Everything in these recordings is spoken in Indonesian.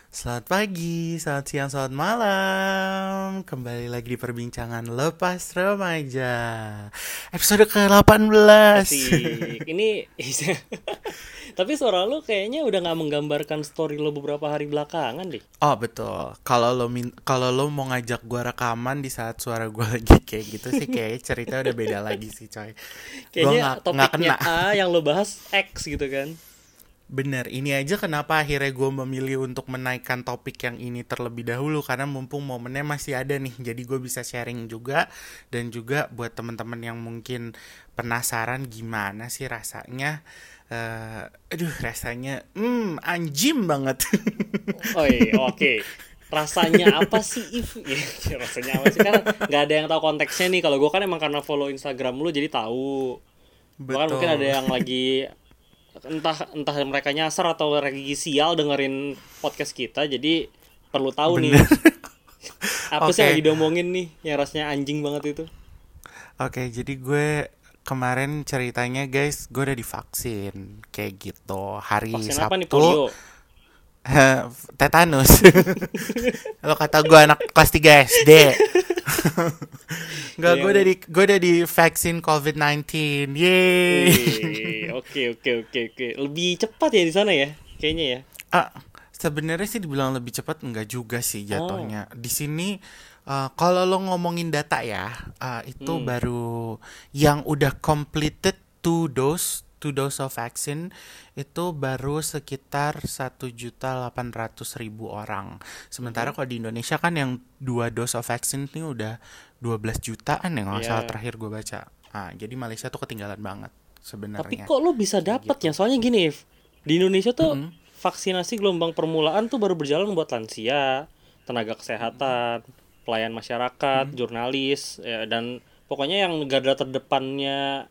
Selamat pagi, selamat siang, selamat malam. Kembali lagi di perbincangan Lepas Remaja. Episode ke-18. Asik. Ini tapi suara lu kayaknya udah nggak menggambarkan story lo beberapa hari belakangan deh. Oh, betul. Kalau lo mau ngajak gua rekaman di saat suara gua lagi kayak gitu sih, kayak cerita udah beda lagi sih, coy. Gua Kayaknya nggak topiknya kena. A yang lo bahas X gitu kan. Bener, ini aja kenapa akhirnya gue memilih untuk menaikkan topik yang ini terlebih dahulu karena mumpung momennya masih ada nih, jadi gue bisa sharing juga dan juga buat teman-teman yang mungkin penasaran gimana sih rasanya. Aduh, rasanya anjim banget. Oh iya, oke. Rasanya apa sih if? Ya, rasanya apa sih? Kan nggak ada yang tahu konteksnya nih. Kalau gue kan emang karena follow Instagram lu jadi tahu. Bahkan mungkin ada Betul. yang lagi entah entah mereka nyasar atau lagi sial dengerin podcast kita jadi perlu tahu nih Bener. apa sih yang Oke. lagi diomongin nih yang rasanya anjing banget itu. Oke, jadi gue kemarin ceritanya guys, gue udah divaksin kayak gitu hari Vaksin apa nih, Sabtu. polio? Tetanus. Lo kata gue anak kelas 3 SD. Enggak, Ya gue yang udah di vaksin COVID-19. Yeay. wih, oke oke oke oke. Lebih cepat ya di sana ya, kayaknya ya. Ah, sebenarnya sih dibilang lebih cepat enggak juga sih Oh, jatuhnya. Di sini kalau lo ngomongin data ya, itu hmm, baru yang udah completed two dose of vaccine itu baru sekitar 1.800.000 orang. Sementara mhm, kalau di Indonesia kan yang 2 dose of vaccine ini udah 12 jutaan ya nggak salah ya. terakhir gue baca. Jadi Malaysia tuh ketinggalan banget Tapi sebenarnya kok lo bisa kayak dapet gitu. ya? Soalnya gini, If. Di Indonesia tuh Mm-mm. vaksinasi gelombang permulaan tuh baru berjalan buat lansia, tenaga kesehatan, pelayan masyarakat, Mm-mm. jurnalis, ya, dan pokoknya yang garda terdepannya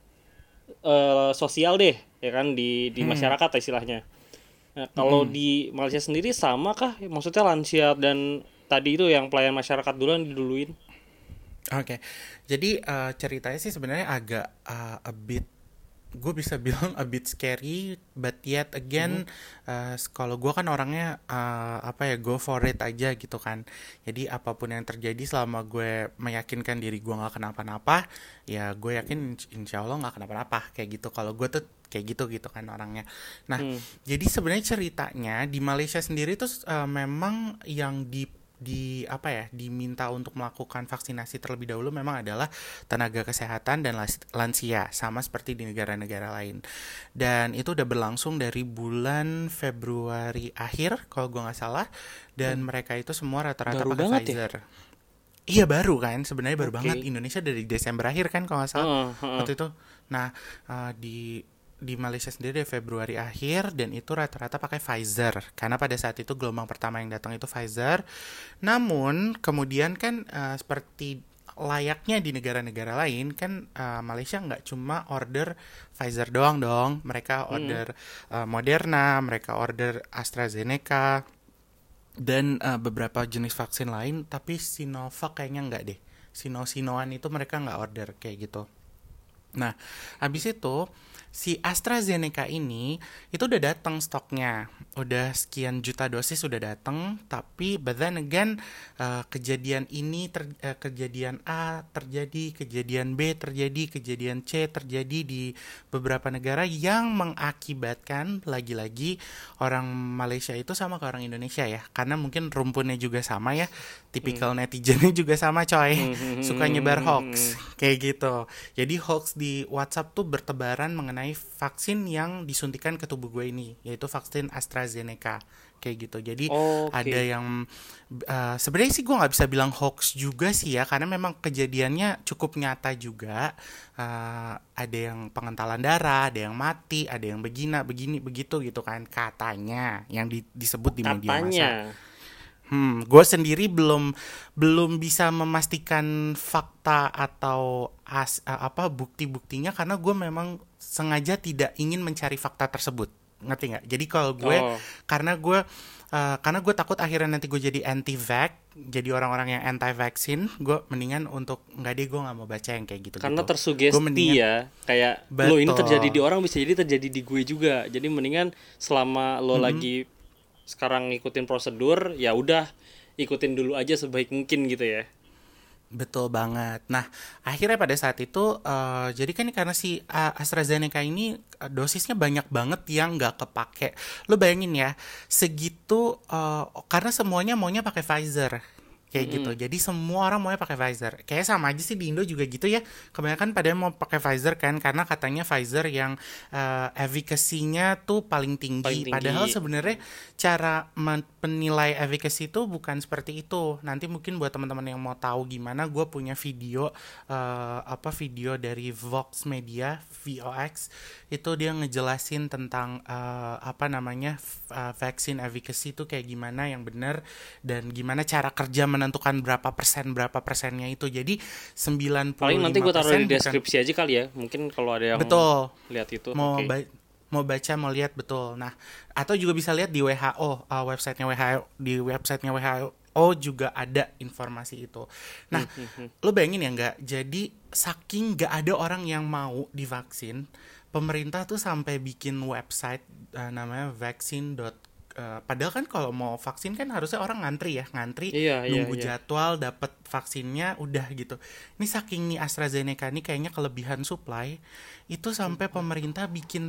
sosial deh, ya kan di Hmm. masyarakat istilahnya. Nah, kalau Mm-mm. di Malaysia sendiri sama kah? Maksudnya lansia dan tadi itu yang pelayan masyarakat dulu yang diduluin? Oke, jadi ceritanya sih sebenarnya agak a bit, gue bisa bilang a bit scary, but yet Mhm. again, kalau gue kan orangnya apa ya, go for it aja gitu kan. Jadi apapun yang terjadi selama gue meyakinkan diri gue nggak kenapa-napa, ya gue yakin insya Allah nggak kenapa-napa kayak gitu. Kalau gue tuh kayak gitu gitu kan orangnya. Nah, Hmm. jadi sebenarnya ceritanya di Malaysia sendiri tuh memang yang apa ya, diminta untuk melakukan vaksinasi terlebih dahulu memang adalah tenaga kesehatan dan lansia, sama seperti di negara-negara lain. Dan itu udah berlangsung dari bulan Februari akhir kalau gue nggak salah, dan Hmm. mereka itu semua rata-rata Baru pakai banget ya? Pfizer. Iya, baru kan, sebenarnya baru banget. Oke. Indonesia dari Desember akhir kan kalau nggak salah Heeh, heeh. waktu itu. Nah, di Malaysia sendiri dari Februari akhir, dan itu rata-rata pakai Pfizer karena pada saat itu gelombang pertama yang datang itu Pfizer. Namun kemudian kan seperti layaknya di negara-negara lain kan, Malaysia nggak cuma order Pfizer doang dong, mereka Mhm. order Moderna, mereka order AstraZeneca dan beberapa jenis vaksin lain, tapi Sinovac kayaknya nggak deh. Sinoan itu mereka nggak order kayak gitu. Nah, habis itu si AstraZeneca ini itu udah datang stoknya, udah sekian juta dosis udah datang, tapi but then again, kejadian ini kejadian A terjadi, kejadian B terjadi, kejadian C terjadi di beberapa negara yang mengakibatkan lagi-lagi orang Malaysia itu sama ke orang Indonesia ya, karena mungkin rumpunnya juga sama ya, Hmm. tipikal netizennya juga sama coy, suka nyebar hoax Hmm. kayak gitu. Jadi hoax di WhatsApp tuh bertebaran mengenai vaksin yang disuntikan ke tubuh gue ini, yaitu vaksin AstraZeneca kayak gitu. Jadi ada Oke. yang sebenarnya sih gue nggak bisa bilang hoax juga sih ya, karena memang kejadiannya cukup nyata juga. Ada yang pengentalan darah, ada yang mati, ada yang begini begitu gitu kan katanya yang disebut di media massa. Katanya. Gue sendiri belum belum bisa memastikan fakta atau apa bukti-buktinya, karena gue memang sengaja tidak ingin mencari fakta tersebut. Ngerti nggak? Jadi kalau gue, Oh, karena gue karena gue takut akhirnya nanti gue jadi anti vax, jadi orang-orang yang anti vaksin, gue mendingan untuk nggak deh, gue nggak mau baca yang kayak karena gitu-gitu. Gue tersugesti mendingan ya. Kayak lo ini terjadi di betul. orang bisa jadi terjadi di gue juga. Jadi mendingan selama lo Mm-mm. lagi sekarang ngikutin prosedur, ya udah ikutin dulu aja sebaik mungkin gitu ya. Betul banget. Nah, akhirnya pada saat itu, jadi kan karena si AstraZeneca ini dosisnya banyak banget yang nggak kepake. Lo bayangin ya, segitu, karena semuanya maunya pakai Pfizer. Kayak gitu. Mm-mm. Jadi semua orang maunya pakai Pfizer. Kayak sama aja sih di Indo juga gitu ya. Kebanyakan pada mau pakai Pfizer kan karena katanya Pfizer yang efficacy-nya tuh paling Paling tinggi. Padahal tinggi. sebenarnya cara menilai efficacy itu bukan seperti itu. Nanti mungkin buat teman-teman yang mau tahu gimana, gue punya video, video dari Vox Media, VOX. Itu dia ngejelasin tentang vaksin efficacy itu kayak gimana yang benar dan gimana cara kerja menentukan berapa persennya itu. Jadi Paling nanti gue taruh di 95% bukan. deskripsi aja kali ya. Mungkin kalau ada yang Betul. lihat itu. Mau Oke. ba- mau baca mau lihat betul. Nah, atau juga bisa lihat di WHO, websitenya WHO, di websitenya WHO juga ada informasi itu. Nah, lo bayangin ya nggak? Jadi saking nggak ada orang yang mau divaksin, pemerintah tuh sampai bikin website, namanya vaksin. Padahal kan kalau mau vaksin kan harusnya orang ngantri ya, ngantri Iya, iya, nunggu iya. jadwal dapat vaksinnya udah gitu. Ini saking nih AstraZeneca ini kayaknya kelebihan supply, itu sampai pemerintah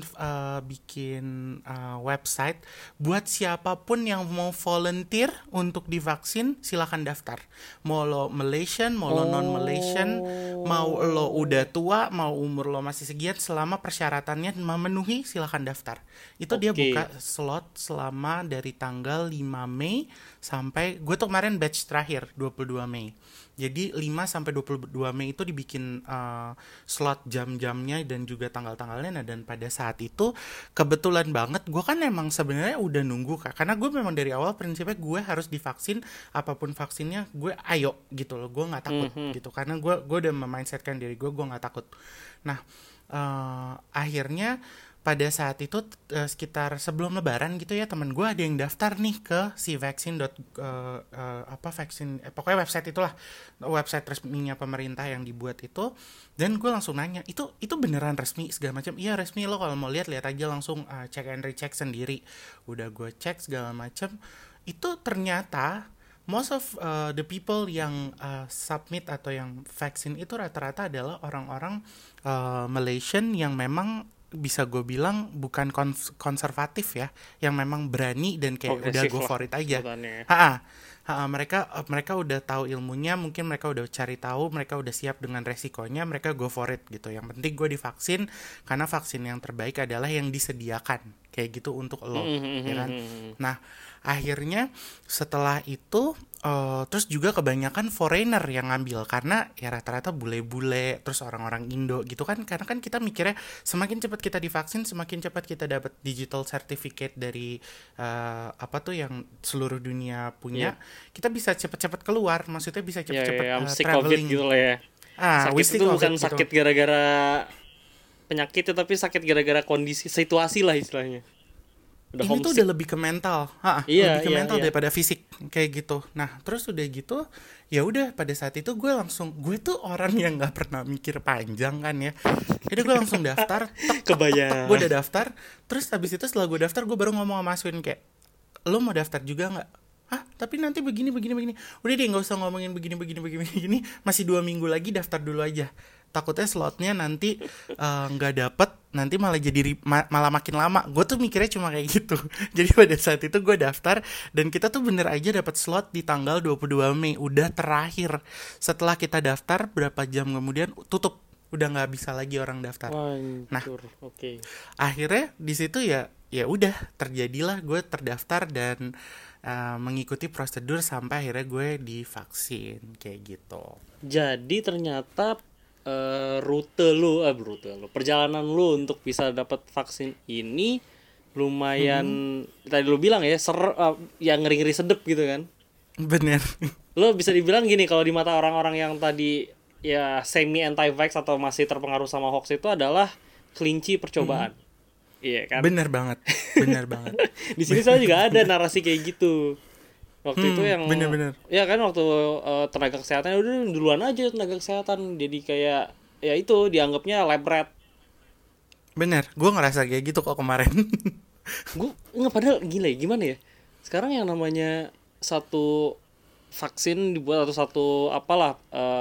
bikin website buat siapapun yang mau volunteer untuk divaksin silakan daftar. Mau lo Malaysian, mau lo non Malaysian, mau lo udah tua, mau umur lo masih sekian, selama persyaratannya memenuhi silakan daftar. Itu dia Oke. buka slot selama dari tanggal 5 Mei sampai gue tuh kemarin batch terakhir 22 Mei. Jadi 5 sampai 22 Mei itu dibikin slot jam-jamnya dan juga tanggal-tanggalnya. Nah, dan pada saat itu kebetulan banget gue kan emang sebenarnya udah nunggu Kak. Karena gue memang dari awal prinsipnya gue harus divaksin, apapun vaksinnya gue ayo gitu loh. Gue nggak takut gitu. Karena gue udah memindsetkan diri gue nggak takut. Nah, akhirnya pada saat itu, sekitar sebelum lebaran gitu ya, temen gue ada yang daftar nih ke si vaksin pokoknya website itulah, website resminya pemerintah yang dibuat itu. Dan gue langsung nanya, itu beneran resmi segala macam? Iya resmi, lo kalau mau lihat aja langsung, check and recheck sendiri. Udah gue cek segala macam, itu ternyata most of the people yang submit atau yang vaksin itu rata-rata adalah orang-orang Malaysian yang memang bisa gue bilang bukan konservatif ya, yang memang berani dan kayak udah Progresif go lah for it aja. sebutannya. Mereka udah tahu ilmunya, mungkin mereka udah cari tahu, mereka udah siap dengan resikonya, mereka go for it gitu. Yang penting gue divaksin karena vaksin yang terbaik adalah yang disediakan kayak gitu untuk lo, ya kan. Nah, akhirnya setelah itu, terus juga kebanyakan foreigner yang ngambil karena ya rata-rata bule-bule, terus orang-orang Indo gitu kan. Karena kan kita mikirnya semakin cepat kita divaksin, semakin cepat kita dapat digital certificate dari yang seluruh dunia punya. Iya. Kita bisa cepet-cepet keluar, maksudnya bisa Ya, ya, cepet-cepet I'm sick COVID traveling. gitu lah ya. We Sakit stick itu of bukan it gitu. sakit gara-gara penyakit, tapi sakit gara-gara kondisi situasi lah istilahnya. Udah Ini tuh homesick. udah lebih ke mental, Iya, lebih ke iya, mental iya. daripada fisik kayak gitu. Nah, terus udah gitu, ya udah pada saat itu gue tuh orang yang nggak pernah mikir panjang kan ya. Jadi gue langsung daftar, Kebayang. gue udah daftar. Terus habis itu setelah gue daftar, gue baru ngomong sama Aswin kayak, lo mau daftar juga nggak? Hah, tapi nanti begini. Udah deh, nggak usah ngomongin begini. Masih 2 minggu lagi, daftar dulu aja. Takutnya slotnya nanti nggak dapet, nanti malah malah makin lama. Gue tuh mikirnya cuma kayak gitu. Jadi pada saat itu gue daftar dan kita tuh bener aja dapat slot di tanggal 22 Mei. Udah terakhir. Setelah kita daftar, berapa jam kemudian tutup. Udah nggak bisa lagi orang daftar. Nah, Wancur. Oke. akhirnya di situ ya udah terjadilah gue terdaftar dan mengikuti prosedur sampai akhirnya gue divaksin kayak gitu. Jadi ternyata rute lu, perjalanan lu untuk bisa dapat vaksin ini lumayan, tadi lu bilang ya, yang ngeri-ngeri sedep gitu kan. Bener. Lo bisa dibilang gini, kalau di mata orang-orang yang tadi ya semi anti-vax atau masih terpengaruh sama hoax itu adalah kelinci percobaan. Iya kan? Bener banget. Di sini saya juga ada narasi kayak gitu. Waktu itu yang bener. ya kan, waktu tenaga kesehatan udah duluan aja tenaga kesehatan, jadi kayak ya itu dianggapnya lab rat. Bener, gue ngerasa kayak gitu kok kemarin. Gue nggak, padahal gila ya, gimana ya, sekarang yang namanya satu vaksin dibuat atau satu apalah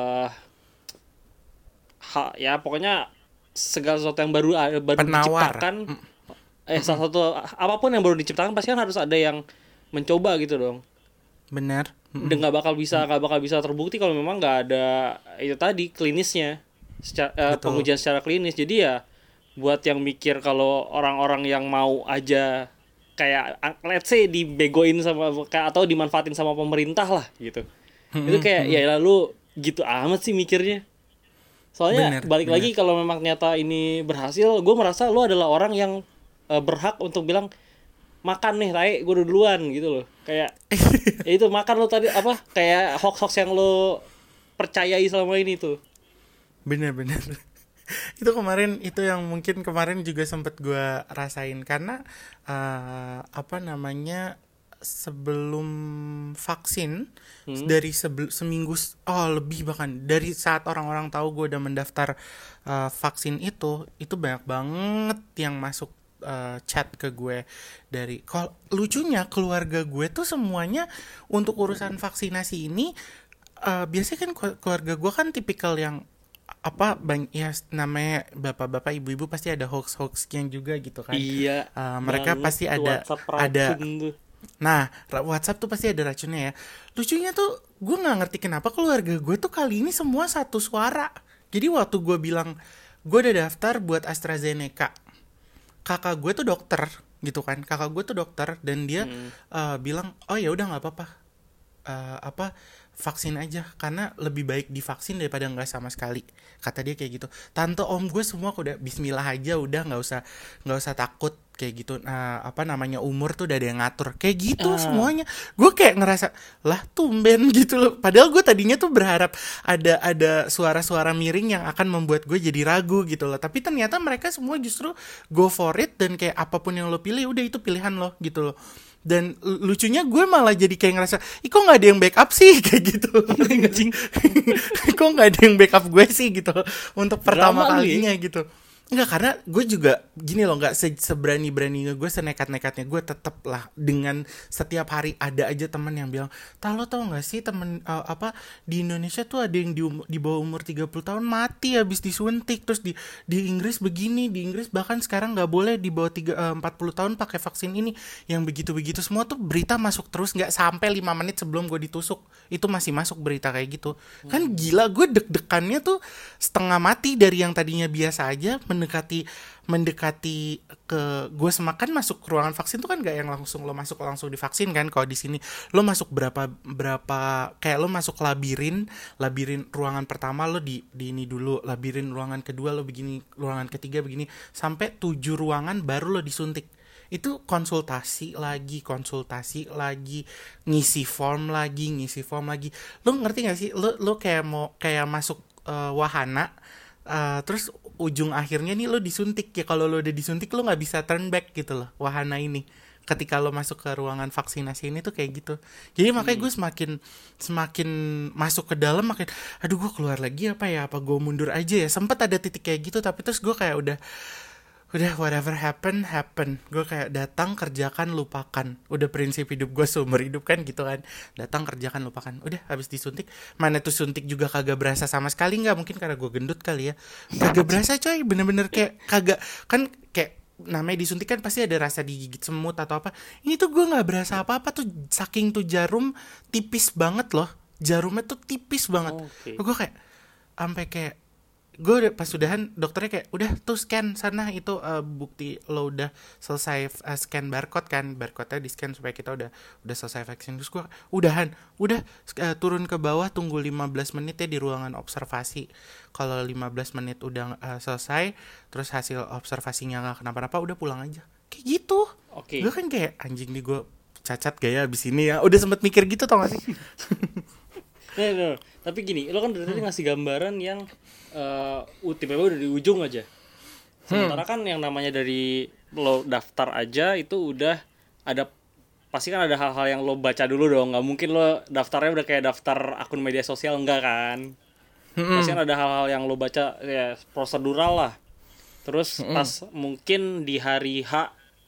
ya pokoknya segala sesuatu yang baru Penawar. diciptakan, salah satu apapun yang baru diciptakan pasti kan harus ada yang mencoba gitu dong. Bener. Dan nggak bakal bisa terbukti kalau memang nggak ada itu tadi klinisnya, Betul. pengujian secara klinis. Jadi ya buat yang mikir kalau orang-orang yang mau aja kayak let's say dibegoin sama atau dimanfaatin sama pemerintah lah gitu, itu kayak ya lalu gitu amat sih mikirnya. Soalnya Bener, balik bener. lagi kalau memang ternyata ini berhasil, gue merasa lo adalah orang yang berhak untuk bilang makan nih tai gue duluan gitu loh. Kayak ya itu makan lo tadi apa kayak hoax yang lo percayai selama ini tuh. Bener-bener. Itu kemarin, itu yang mungkin kemarin juga sempet gue rasain karena apa namanya, sebelum vaksin, dari seminggu lebih, bahkan dari saat orang-orang tahu gue udah mendaftar vaksin, itu banyak banget yang masuk chat ke gue dari lucunya keluarga gue tuh semuanya untuk urusan vaksinasi ini. Biasanya kan keluarga gue kan tipikal yang apa, ya namanya bapak-bapak ibu-ibu pasti ada hoax-hoaxnya juga gitu kan. Iya Mereka banget pasti tuh WhatsApp racun tuh. nah, WhatsApp tuh pasti ada racunnya ya. Lucunya tuh gue nggak ngerti kenapa keluarga gue tuh kali ini semua satu suara. Jadi waktu gue bilang gue udah daftar buat AstraZeneca, kakak gue tuh dokter gitu kan, kakak gue tuh dokter dan dia bilang oh ya udah nggak apa-apa, apa, vaksin aja karena lebih baik divaksin daripada nggak sama sekali, kata dia kayak gitu. Tante om gue semua udah Bismillah aja, udah nggak usah takut kayak gitu. Apa namanya, umur tuh udah ada yang ngatur kayak gitu semuanya. Gue kayak ngerasa lah tumben gitu loh, padahal gue tadinya tuh berharap ada suara-suara miring yang akan membuat gue jadi ragu gitu loh, tapi ternyata mereka semua justru go for it dan kayak apapun yang lo pilih udah itu pilihan lo gitu loh. Dan lucunya gue malah jadi kayak ngerasa, kok nggak ada yang backup sih kayak gitu. Kok nggak ada yang backup gue sih gitu untuk pertama Drama kalinya gitu. Enggak, karena gue juga gini loh, nggak seberani-beraninya gue, senekat-nekatnya gue tetep lah dengan setiap hari ada aja teman yang bilang, lo tau nggak sih temen apa di Indonesia tuh ada yang di bawah umur 30 tahun mati habis disuntik, terus di Inggris begini, di Inggris bahkan sekarang nggak boleh di bawah 40 tahun pakai vaksin ini, yang begitu-begitu semua tuh berita masuk terus, nggak sampai 5 menit sebelum gue ditusuk itu masih masuk berita kayak gitu. Kan gila, gue deg-degannya tuh setengah mati dari yang tadinya biasa aja mendekati ke gue semakan masuk ke ruangan vaksin tuh kan gak yang langsung divaksin kan. Kalau di sini lo masuk berapa kayak lo masuk labirin ruangan pertama lo di ini dulu, labirin ruangan kedua lo begini, ruangan ketiga begini, sampai 7 ruangan baru lo disuntik. Itu konsultasi lagi, ngisi form lagi. Lo ngerti gak sih, lo kayak masuk wahana, terus ujung akhirnya nih lo disuntik ya. Kalau lo udah disuntik lo nggak bisa turn back gitu loh, wahana ini ketika lo masuk ke ruangan vaksinasi ini tuh kayak gitu. Jadi makanya gue semakin masuk ke dalam makin aduh, gue keluar lagi apa gue mundur aja ya. Sempet ada titik kayak gitu, tapi terus gue kayak udah whatever happen. Gue kayak datang, kerjakan, lupakan. Udah prinsip hidup gue seumur hidup kan gitu kan. Datang, kerjakan, lupakan. Udah habis disuntik, mana tuh suntik juga kagak berasa sama sekali. Nggak mungkin karena gue gendut kali ya, kagak berasa coy, bener-bener kayak kagak. Kan kayak namanya disuntik kan pasti ada rasa digigit semut atau apa. Ini tuh gue nggak berasa apa-apa tuh, saking tuh jarum tipis banget loh. Jarumnya tuh tipis banget. Gue kayak sampai kayak gue udah pas sudahan, dokternya kayak udah tuh scan sana itu, bukti lo udah selesai scan barcode kan, barcode-nya di scan supaya kita udah selesai vaksin. Terus gue udah turun ke bawah, tunggu 15 menit ya di ruangan observasi. Kalau 15 menit udah selesai, terus hasil observasinya nggak kenapa-napa, udah pulang aja kayak gitu. Gue kan kayak anjing nih, gue cacat gaya abis ini ya, udah sempet mikir gitu tau gak sih. No. Tapi gini, lo kan dari tadi ngasih gambaran yang UTP udah di ujung aja. Sementara kan yang namanya dari lo daftar aja itu udah ada, pasti kan ada hal-hal yang lo baca dulu dong. Nggak mungkin lo daftarnya udah kayak daftar akun media sosial, enggak kan? Pasti kan ada hal-hal yang lo baca ya prosedural lah. Terus pas mungkin di hari H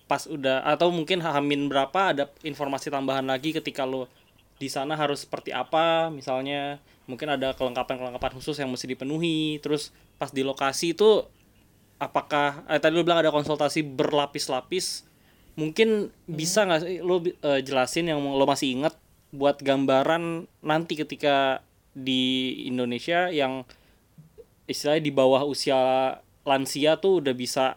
pas udah atau mungkin hamin berapa ada informasi tambahan lagi ketika lo di sana harus seperti apa, misalnya mungkin ada kelengkapan khusus yang mesti dipenuhi. Terus pas di lokasi itu apakah tadi lo bilang ada konsultasi berlapis-lapis, mungkin bisa nggak sih lo jelasin yang lo masih ingat buat gambaran nanti ketika di Indonesia yang istilahnya di bawah usia lansia tuh udah bisa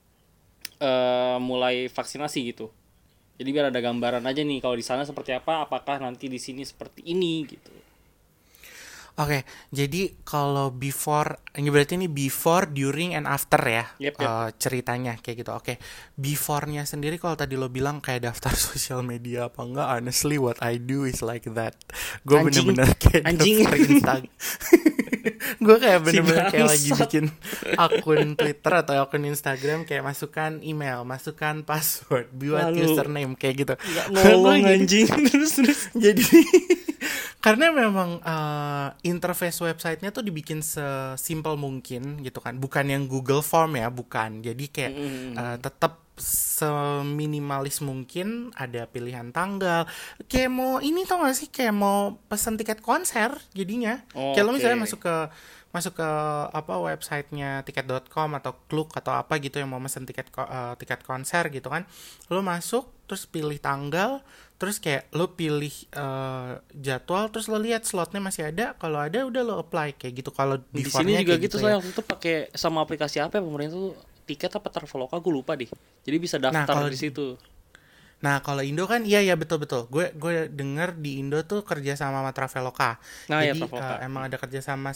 mulai vaksinasi gitu. Jadi biar ada gambaran aja nih kalau di sana seperti apa, apakah nanti di sini seperti ini gitu. Oke, jadi kalau before, ini berarti ini before, during, and after ya. Yep. Ceritanya kayak gitu. Oke, before-nya sendiri kalau tadi lo bilang kayak daftar sosial media apa enggak, honestly what I do is like that. Gue bener-bener kayak daftar Instagram. Gue kayak bener-bener kayak lagi bikin akun Twitter atau akun Instagram, kayak masukkan email, masukkan password, buat username kayak gitu. Gak nolong anjing. Terus jadi karena memang interface websitenya tuh dibikin sesimpel mungkin gitu kan, bukan yang Google Form ya, bukan. Jadi kayak tetap seminimalis mungkin, ada pilihan tanggal, kayak mau ini tau gak sih, kayak mau pesan tiket konser jadinya. Kayak lo misalnya masuk ke apa websitenya tiket.com atau Klook atau apa gitu yang mau pesan tiket konser gitu kan, lo masuk terus pilih tanggal, terus kayak lo pilih jadwal, terus lo lihat slotnya masih ada, kalau ada udah lo apply kayak gitu. Kalau di sini juga gitu, ya. Soalnya waktu itu pakai sama aplikasi apa ya pemerintah tuh, tiket apa Traveloka gue lupa deh. Jadi bisa daftar di situ. Nah kalau Indo kan iya betul. Gue denger di Indo tuh kerja sama Traveloka. Nah, jadi ya, Traveloka. Emang ada kerja sama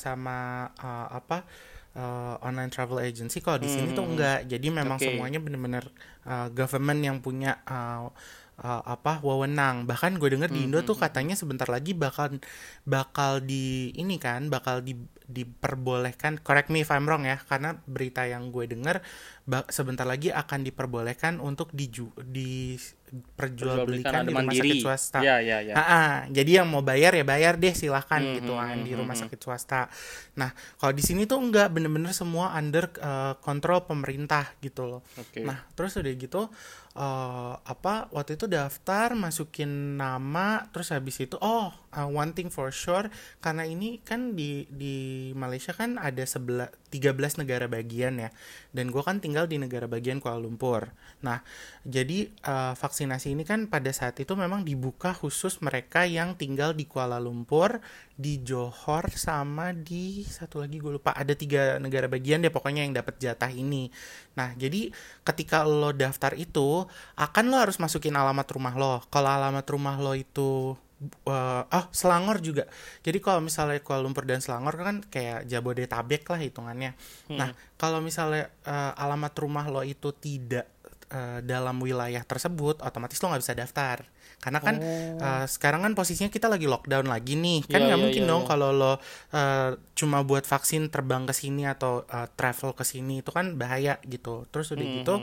online travel agency. Kalau di sini tuh enggak. Jadi memang semuanya benar-benar government yang punya wewenang. Bahkan gue denger di Indo tuh katanya sebentar lagi bakal di ini kan, bakal diperbolehkan, correct me if I'm wrong ya, karena berita yang gue denger sebentar lagi akan diperbolehkan untuk diperjualbelikan di rumah sakit swasta. Ya. Jadi yang mau bayar ya bayar deh, silahkan gitu kan di rumah sakit swasta. Nah kalau di sini tuh enggak, bener-bener semua under kontrol pemerintah gitu loh. Nah terus udah gitu waktu itu daftar, masukin nama, terus habis itu one thing for sure, karena ini kan di Malaysia kan ada 13 negara bagian ya, dan gue kan tinggal di negara bagian Kuala Lumpur. Nah jadi vaksinasi ini kan pada saat itu memang dibuka khusus mereka yang tinggal di Kuala Lumpur, di Johor, sama di satu lagi gue lupa, ada 3 negara bagian deh pokoknya yang dapat jatah ini. Nah jadi ketika lo daftar itu akan lo harus masukin alamat rumah lo. Kalau alamat rumah lo itu Selangor juga. Jadi kalau misalnya Kuala Lumpur dan Selangor kan kayak Jabodetabek lah hitungannya. Nah kalau misalnya alamat rumah lo itu tidak dalam wilayah tersebut, otomatis lo nggak bisa daftar. Karena kan sekarang kan posisinya kita lagi lockdown lagi nih, kan nggak mungkin dong kalau lo cuma buat vaksin terbang ke sini atau travel ke sini, itu kan bahaya gitu. Terus udah gitu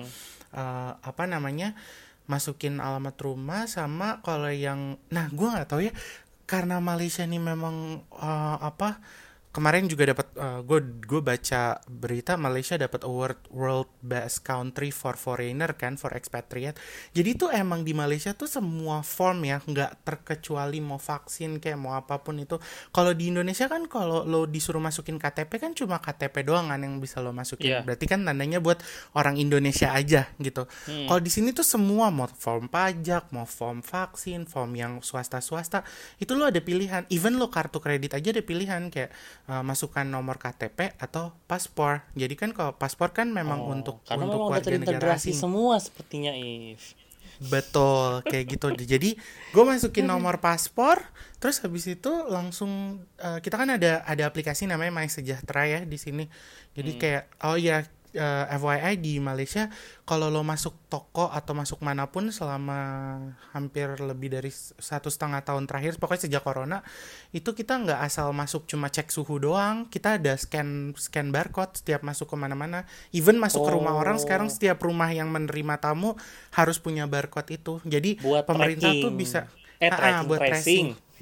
masukin alamat rumah sama kalau yang, nah gue nggak tahu ya, karena Malaysia ini memang kemarin juga dapat gue baca berita Malaysia dapat award World Best Country for Foreigner kan, for expatriate. Jadi tuh emang di Malaysia tuh semua form ya, nggak terkecuali mau vaksin kayak mau apapun itu. Kalau di Indonesia kan kalau lo disuruh masukin KTP kan cuma KTP doang kan yang bisa lo masukin. Berarti kan tandanya buat orang Indonesia aja gitu. Kalau di sini tuh semua, mau form pajak, mau form vaksin, form yang swasta itu lo ada pilihan. Even lo kartu kredit aja ada pilihan, kayak masukkan nomor KTP atau paspor. Jadi kan kalau paspor kan memang untuk warga negara asing semua sepertinya, If. Betul, kayak gitu. Jadi gue masukin nomor paspor, terus habis itu langsung kita kan ada aplikasi namanya My Sejahtera ya di sini. Jadi kayak FYI di Malaysia kalau lo masuk toko atau masuk manapun selama hampir lebih dari 1,5 tahun terakhir, pokoknya sejak corona itu kita nggak asal masuk cuma cek suhu doang, kita ada scan barcode setiap masuk kemana-mana. Even masuk ke rumah orang sekarang, setiap rumah yang menerima tamu harus punya barcode itu. Jadi buat pemerintah tracking. tuh bisa Buat tracing.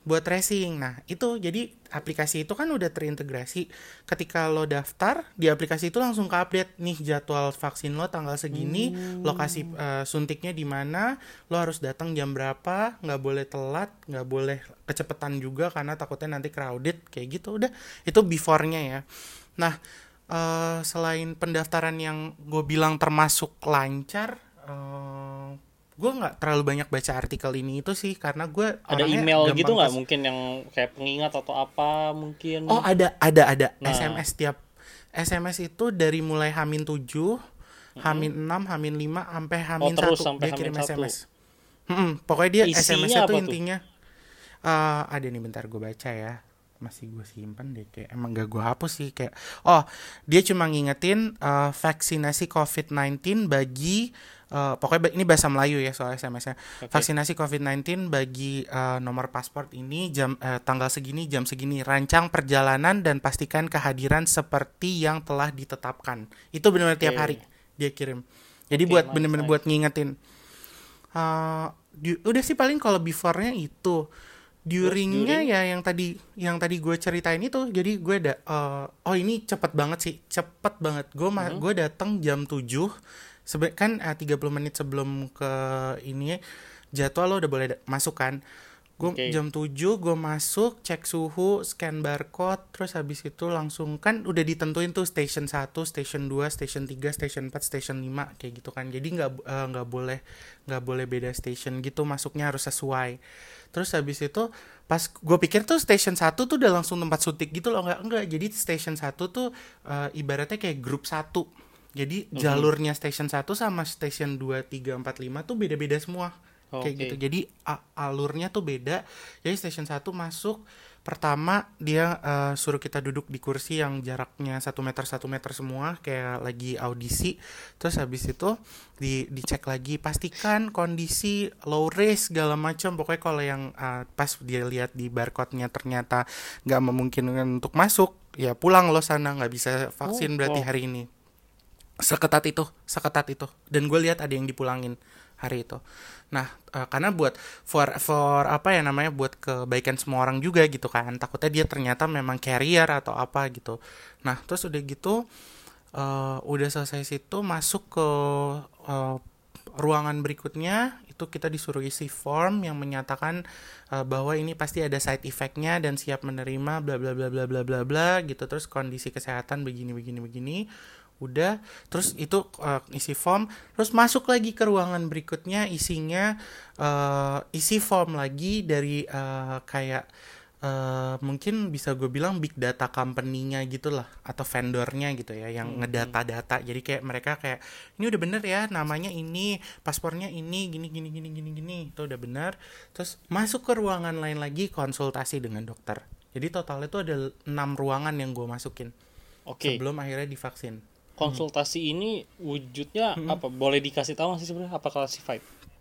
buat tracing. Nah, itu jadi aplikasi itu kan udah terintegrasi. Ketika lo daftar, di aplikasi itu langsung ke-update nih jadwal vaksin lo tanggal segini, lokasi suntiknya di mana, lo harus datang jam berapa, nggak boleh telat, nggak boleh kecepatan juga karena takutnya nanti crowded kayak gitu. Udah, itu before-nya ya. Nah, selain pendaftaran yang gue bilang termasuk lancar, gue nggak terlalu banyak baca artikel ini itu sih karena gue Ada orangnya email gitu gampang nggak mungkin yang kayak pengingat atau apa mungkin? Oh, ada Nah, SMS tiap SMS itu dari mulai Hamin 7, Hamin 6, Hamin 5 sampai oh Hamin terus 1 sampai dia kirim Hamin satu. SMS. Pokoknya dia SMS-nya Isinya tuh apa tuh? intinya ada nih bentar gue baca ya. Masih gue simpan deh kayak emang gak gue hapus sih kayak dia cuma ngingetin vaksinasi COVID-19 bagi pokoknya ini bahasa Melayu ya soal SMS-nya. Oke. Vaksinasi COVID-19 bagi nomor paspor ini tanggal segini jam segini, rancang perjalanan dan pastikan kehadiran seperti yang telah ditetapkan. Itu benar-benar tiap Oke. hari dia kirim. Jadi Oke, buat nice, bener-bener nice. buat ngingetin. Udah sih paling kalau before-nya itu. Duringnya during? ya yang tadi gue ceritain itu. Jadi gue ini cepet banget sih, cepet banget. Gue datang jam 7. Kan 30 menit sebelum ke ini jadwal lo udah boleh masuk kan. Gue Oke. jam 7 gue masuk, cek suhu, scan barcode, terus habis itu langsung kan udah ditentuin tuh station 1, station 2, station 3, station 4, station 5 kayak gitu kan. Jadi nggak boleh beda station gitu, masuknya harus sesuai. Terus habis itu pas gue pikir tuh station 1 tuh udah langsung tempat suntik gitu loh, enggak. Jadi station 1 tuh ibaratnya kayak grup 1. Jadi jalurnya station 1 sama station 2, 3, 4, 5 tuh beda-beda semua. Kayak Oke. gitu. Jadi alurnya tuh beda. Jadi station 1 masuk pertama dia suruh kita duduk di kursi yang jaraknya 1 meter semua kayak lagi audisi. Terus habis itu dicek lagi, pastikan kondisi low risk segala macam. Pokoknya kalau yang pas dia lihat di barcode-nya ternyata nggak memungkinkan untuk masuk, ya pulang lo sana, nggak bisa vaksin berarti Wow. hari ini. Seketat itu. Dan gue lihat ada yang dipulangin hari itu. Nah, karena for apa ya namanya, buat kebaikan semua orang juga gitu kan. Takutnya dia ternyata memang carrier atau apa gitu. Nah, terus udah gitu udah selesai situ, masuk ke ruangan berikutnya. Itu kita disuruh isi form yang menyatakan bahwa ini pasti ada side effect-nya dan siap menerima bla bla bla bla bla bla bla gitu. Terus kondisi kesehatan begini udah. Terus itu isi form, terus masuk lagi ke ruangan berikutnya, isinya isi form lagi dari kayak mungkin bisa gue bilang big data company-nya gitu lah, atau vendornya gitu ya, yang ngedata-data. Jadi kayak mereka kayak ini udah bener ya, namanya ini, paspornya ini, gini itu udah bener. Terus masuk ke ruangan lain lagi, konsultasi dengan dokter. Jadi totalnya itu ada 6 ruangan yang gue masukin Oke. sebelum akhirnya divaksin. Konsultasi ini wujudnya apa? Boleh dikasih tahu nggak sih sebenarnya? Apa classified?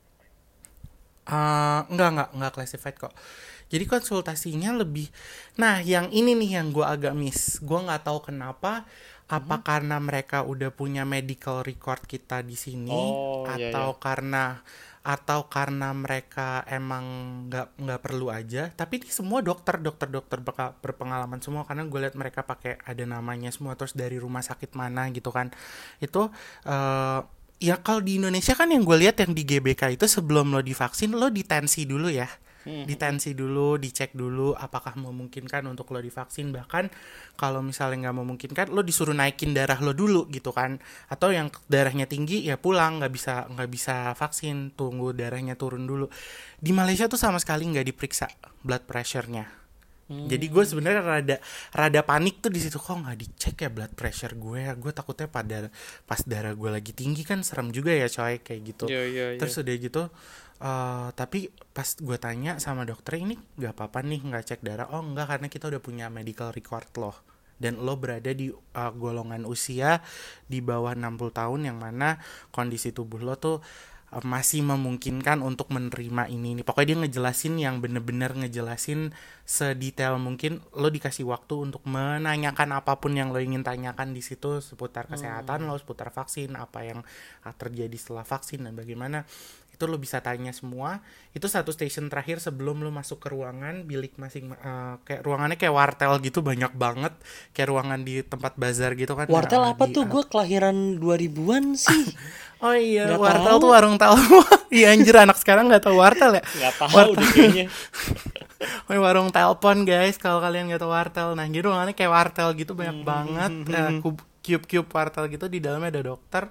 Enggak classified kok. Jadi konsultasinya lebih. Nah, yang ini nih yang gue agak miss. Gue nggak tahu kenapa. Apa karena mereka udah punya medical record kita di sini, Oh, iya, iya. atau karena mereka emang nggak perlu aja. Tapi ini semua dokter berpengalaman semua, karena gue lihat mereka pakai ada namanya semua, terus dari rumah sakit mana gitu kan. Itu ya kalau di Indonesia kan yang gue lihat yang di GBK itu sebelum lo divaksin lo ditensi dulu ya. Ditensi dulu, dicek dulu apakah memungkinkan untuk lo divaksin. Bahkan kalau misalnya nggak memungkinkan, lo disuruh naikin darah lo dulu gitu kan. Atau yang darahnya tinggi ya pulang, nggak bisa vaksin, tunggu darahnya turun dulu. Di Malaysia tuh sama sekali nggak diperiksa blood pressure-nya. Jadi gue sebenarnya rada panik tuh di situ, kok nggak dicek ya blood pressure gue ya. Gue takutnya pas darah gue lagi tinggi kan serem juga ya coy kayak gitu. Iya, iya, iya. Terus udah gitu tapi pas gue tanya sama dokter, ini nggak apa-apa nih nggak cek darah? Oh enggak, karena kita udah punya medical record loh, dan lo berada di golongan usia di bawah 60 tahun yang mana kondisi tubuh lo tuh masih memungkinkan untuk menerima ini. Pokoknya dia ngejelasin yang bener-bener ngejelasin sedetail mungkin. Lo dikasih waktu untuk menanyakan apapun yang lo ingin tanyakan di situ seputar kesehatan lo, seputar vaksin, apa yang terjadi setelah vaksin dan bagaimana. Itu lo bisa tanya semua. Itu satu station terakhir sebelum lo masuk ke ruangan bilik kayak ruangannya kayak wartel gitu, banyak banget kayak ruangan di tempat bazar gitu kan. Wartel apa Di tuh? Gue kelahiran 2000-an sih. oh iya, Nggak wartel tahu. tuh warung tahu. Iya anjir, anak sekarang nggak tahu wartel ya. Nggak tahu Wartel. deh kayaknya. Oh, warung telepon guys, kalau kalian nggak tahu wartel. Nah, jadi ruangannya kayak wartel gitu, banyak banget cube-cube wartel gitu, di dalamnya ada dokter.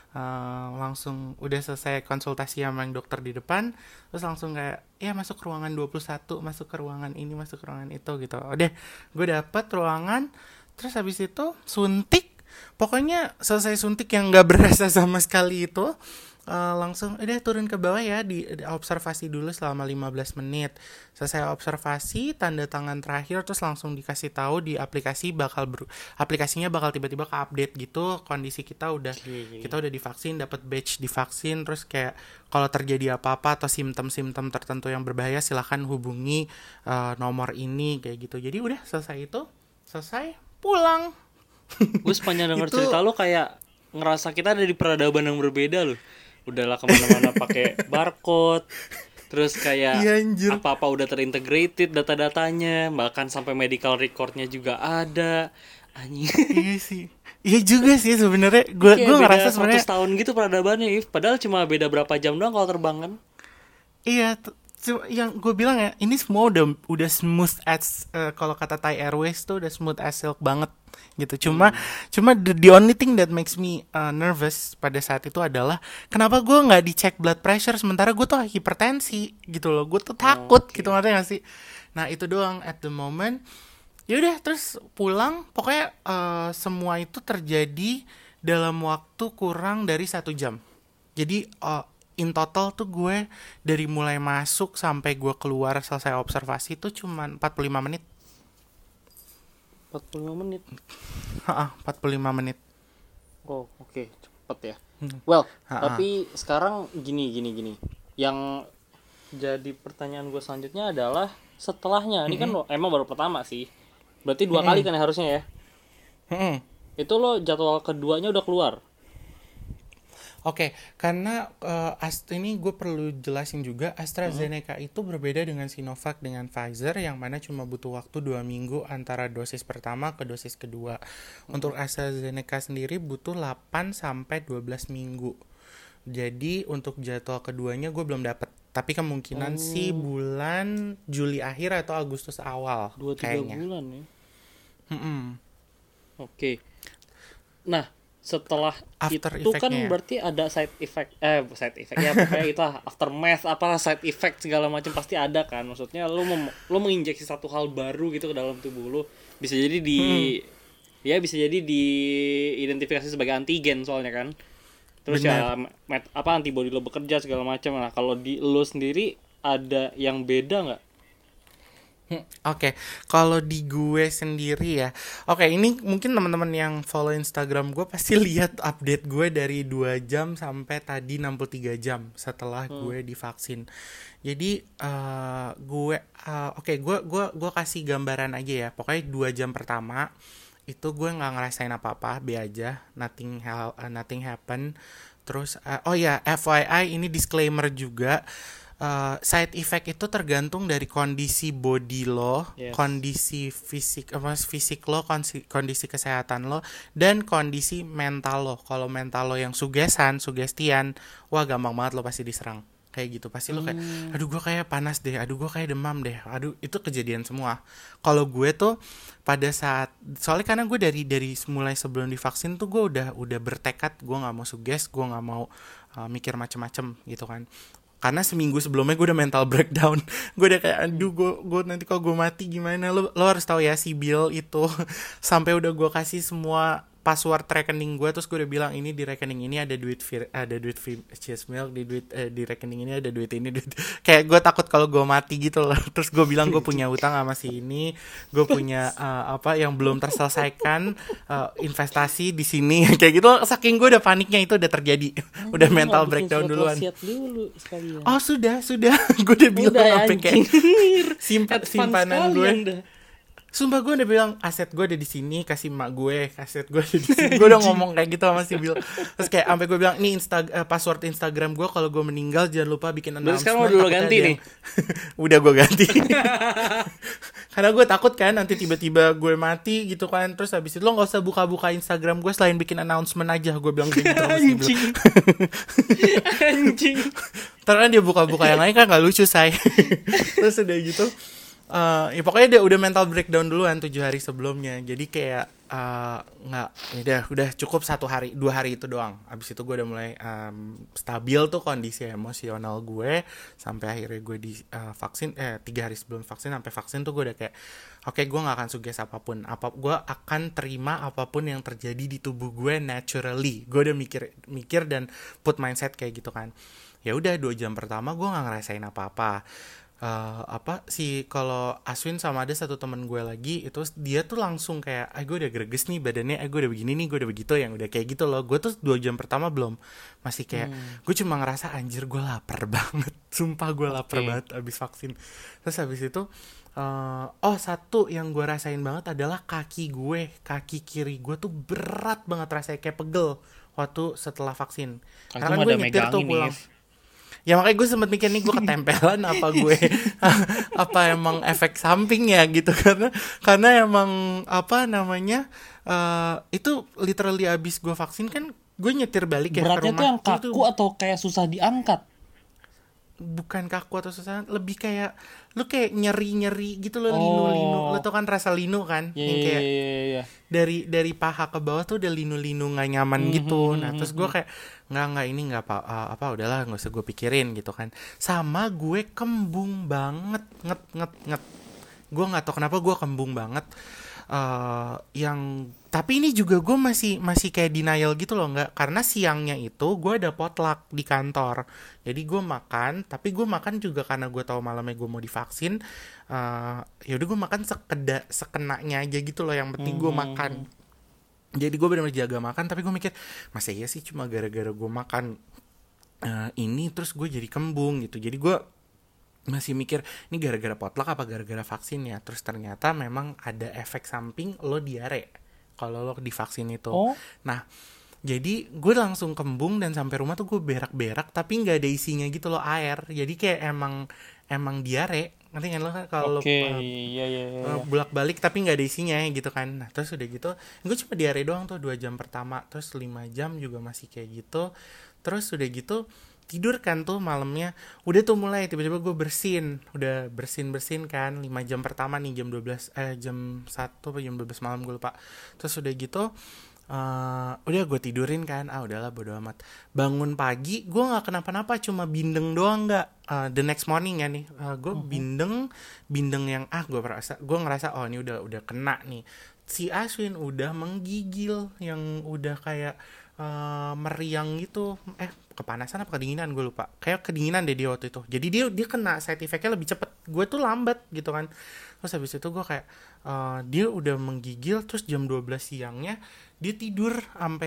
Langsung udah selesai konsultasi sama yang dokter di depan, terus langsung kayak ya masuk ke ruangan 21, masuk ke ruangan ini, masuk ke ruangan itu gitu. Udah, gue dapet ruangan, terus habis itu suntik. Pokoknya selesai suntik yang nggak berasa sama sekali itu, langsung udah turun ke bawah ya, di observasi dulu selama 15 menit. Selesai observasi, tanda tangan terakhir, terus langsung dikasih tahu di aplikasi aplikasinya bakal tiba-tiba ke update gitu kondisi kita udah divaksin, dapat batch divaksin, terus kayak kalau terjadi apa-apa atau simptom-simptom tertentu yang berbahaya silahkan hubungi nomor ini kayak gitu. Jadi udah selesai pulang. Gue sepanjang denger Itu- cerita lo kayak ngerasa kita ada di peradaban yang berbeda loh. Udahlah kemana-mana pakai barcode. Terus kayak Iya, anjir. apa-apa udah terintegrated data-datanya, bahkan sampai medical recordnya juga ada. Anjing. Iya sih, iya juga sih sebenarnya. Gue Kayak ngerasa beda sebenarnya 100 tahun gitu peradabannya, If. Padahal cuma beda berapa jam doang kalau terbang kan. iya. Yang gue bilang ya, ini semua udah smooth as kalau kata Thai Airways tuh udah smooth as silk banget gitu. Cuma the only thing that makes me nervous pada saat itu adalah kenapa gue nggak dicek blood pressure sementara gue tuh hipertensi gitu loh. Gue tuh takut gitu, ngerti gak sih? Nah itu doang at the moment. Yaudah terus pulang, pokoknya semua itu terjadi dalam waktu kurang dari 1 jam. Jadi in total tuh gue dari mulai masuk sampai gue keluar selesai observasi tuh cuman 45 menit. 45 menit. 45 menit. Oh, oke, cepet ya. Well, Ha-ha. tapi sekarang gini. Yang jadi pertanyaan gue selanjutnya adalah setelahnya. Ini kan lo emang baru pertama sih. Berarti 2 kali kan ya harusnya ya. Itu lo jadwal keduanya udah keluar. Oke, karena ini gue perlu jelasin juga, AstraZeneca itu berbeda dengan Sinovac dengan Pfizer yang mana cuma butuh waktu 2 minggu antara dosis pertama ke dosis kedua. Untuk AstraZeneca sendiri butuh 8 sampai 12 minggu. Jadi untuk jadwal keduanya gue belum dapet. Tapi kemungkinan sih bulan Juli akhir atau Agustus awal 2-3 kayaknya. bulan ya. Mm-mm. Oke. Nah, setelah After itu kan effect-nya ya. berarti ada side effect ya, pokoknya itu aftermath apa side effect segala macam pasti ada kan. Maksudnya lo menginjeksi satu hal baru gitu ke dalam tubuh lo, bisa jadi bisa jadi diidentifikasi sebagai antigen soalnya kan. Terus Benar. ya antibody lo bekerja segala macam. Nah, kalau di lo sendiri ada yang beda nggak? Oke, kalau di gue sendiri ya. Oke, ini mungkin teman-teman yang follow Instagram gue pasti lihat update gue dari 2 jam sampai tadi 63 jam setelah gue divaksin. Jadi gue kasih gambaran aja ya. Pokoknya 2 jam pertama itu gue nggak ngerasain apa-apa, be aja, nothing happen. Terus FYI ini disclaimer juga. Side effect itu tergantung dari kondisi body lo, Yes. kondisi fisik lo, kondisi kesehatan lo, dan kondisi mental lo. Kalau mental lo yang sugestian, wah gampang banget lo pasti diserang. Kayak gitu, pasti lo kayak, aduh gue kayak panas deh, aduh gue kayak demam deh, aduh itu kejadian semua. Kalau gue tuh pada saat, soalnya karena gue dari mulai sebelum divaksin tuh gue udah bertekad, gue nggak mau suges, gue nggak mau mikir macem-macem gitu kan. Karena seminggu sebelumnya gue udah mental breakdown. Gue udah kayak aduh gue nanti kalau gue mati gimana. Lo harus tahu ya, si Bill itu sampai udah gue kasih semua password rekening gue, terus gue udah bilang ini di rekening ini ada duit cheese milk, di rekening ini ada duit ini, kayak gue takut kalau gue mati gitu loh. Terus gue bilang gue punya utang sama si ini, gue punya yang belum terselesaikan, investasi di sini kayak gitu. Saking gue udah paniknya itu udah terjadi, udah mental breakdown duluan. Dulu sekalian. Oh sudah gue udah bilang Udah sampai kayak anjing. simpanan gue. Sumpah gue udah bilang aset gue ada di sini, kasih emak gue, aset gue ada di sini. Gue udah ngomong kayak gitu sama si Bill. Terus kayak sampai gue bilang, "Nih password Instagram gue kalau gue meninggal jangan lupa bikin Berarti announcement." sekarang udah lo Takutnya ganti ada nih. Udah gue ganti. Karena gue takut kan nanti tiba-tiba gue mati gitu kan. Terus habis itu lo nggak usah buka-buka Instagram gue selain bikin announcement aja. Gue bilang kayak gitu sama si Bill. Anjing. Anjing. Karena dia buka-buka yang lain kan nggak lucu, say. Terus udah gitu ya pokoknya dia udah mental breakdown duluan 7 hari sebelumnya. Jadi kayak nggak udah cukup 1 hari 2 hari itu doang. Abis itu gue udah mulai stabil tuh kondisi emosional gue sampai akhirnya gue di vaksin 3 hari sebelum vaksin. Sampai vaksin tuh gue udah kayak oke, gue nggak akan suges apapun, gue akan terima apapun yang terjadi di tubuh gue naturally. Gue udah mikir dan put mindset kayak gitu kan. Ya udah 2 jam pertama gue nggak ngerasain apa-apa. Kalau Aswin sama ada satu temen gue lagi itu dia tuh langsung kayak gue udah greges nih badannya, gue udah begini nih, gue udah begitu, yang udah kayak gitu loh. Gue tuh 2 jam pertama belum, masih kayak gue cuma ngerasa anjir gue lapar banget, sumpah gue lapar banget abis vaksin. Terus abis itu satu yang gue rasain banget adalah kaki kiri gue tuh berat banget, rasanya kayak pegel waktu setelah vaksin. Karena gue nyetir tuh pulang. Ya makanya gue sempet mikir nih gue ketempelan apa gue apa emang efek sampingnya gitu, karena emang apa namanya itu literally abis gue vaksin kan gue nyetir balik ya ke rumah. Beratnya tuh yang kaku atau kayak susah diangkat? Bukan kaku atau susah, lebih kayak lu kayak nyeri gitu loh, linu. Lu tau kan rasa linu kan? Yang kayak dari paha ke bawah tuh udah linu nggak nyaman gitu. Nah terus gue kayak nggak ini nggak apa udahlah nggak usah gue pikirin gitu kan. Sama gue kembung banget, nget. Gue nggak tau kenapa gue kembung banget. Tapi ini juga gue masih kayak denial gitu loh, nggak, karena siangnya itu gue ada potluck di kantor, jadi gue makan, tapi gue makan juga karena gue tahu malamnya gue mau divaksin. Yaudah gue makan sekenanya aja gitu loh, yang penting gue makan. Jadi gue benar-benar jaga makan, tapi gue mikir masa iya sih cuma gara-gara gue makan ini terus gue jadi kembung gitu. Jadi gue masih mikir ini gara-gara potluck apa gara-gara vaksin ya. Terus ternyata memang ada efek samping lo diare kalau lo divaksin itu. Nah jadi gue langsung kembung dan sampai rumah tuh gue berak-berak tapi nggak ada isinya gitu loh, air. Jadi kayak emang diare, ngerti kan lo kan kalau bolak-balik tapi nggak ada isinya gitu kan. Nah terus udah gitu gue cuma diare doang tuh 2 jam pertama, terus 5 jam juga masih kayak gitu. Terus udah gitu tidur kan tuh malamnya, udah tuh mulai tiba-tiba gue bersin kan 5 jam pertama nih, jam 1 atau jam 12 malam gue lupa. Terus udah gitu udah gue tidurin kan, udahlah bodo amat. Bangun pagi gue nggak kenapa-napa, cuma bindeng doang. Nggak the next morning ya nih gue bindeng yang gue ngerasa ini udah kena nih. Si Aswin udah menggigil yang udah kayak meriang gitu, kepanasan apa kedinginan gue lupa, kayak kedinginan deh dia waktu itu. Jadi dia kena side effect-nya lebih cepet, gue tuh lambat gitu kan. Terus habis itu gue kayak dia udah menggigil, terus jam 12 siangnya dia tidur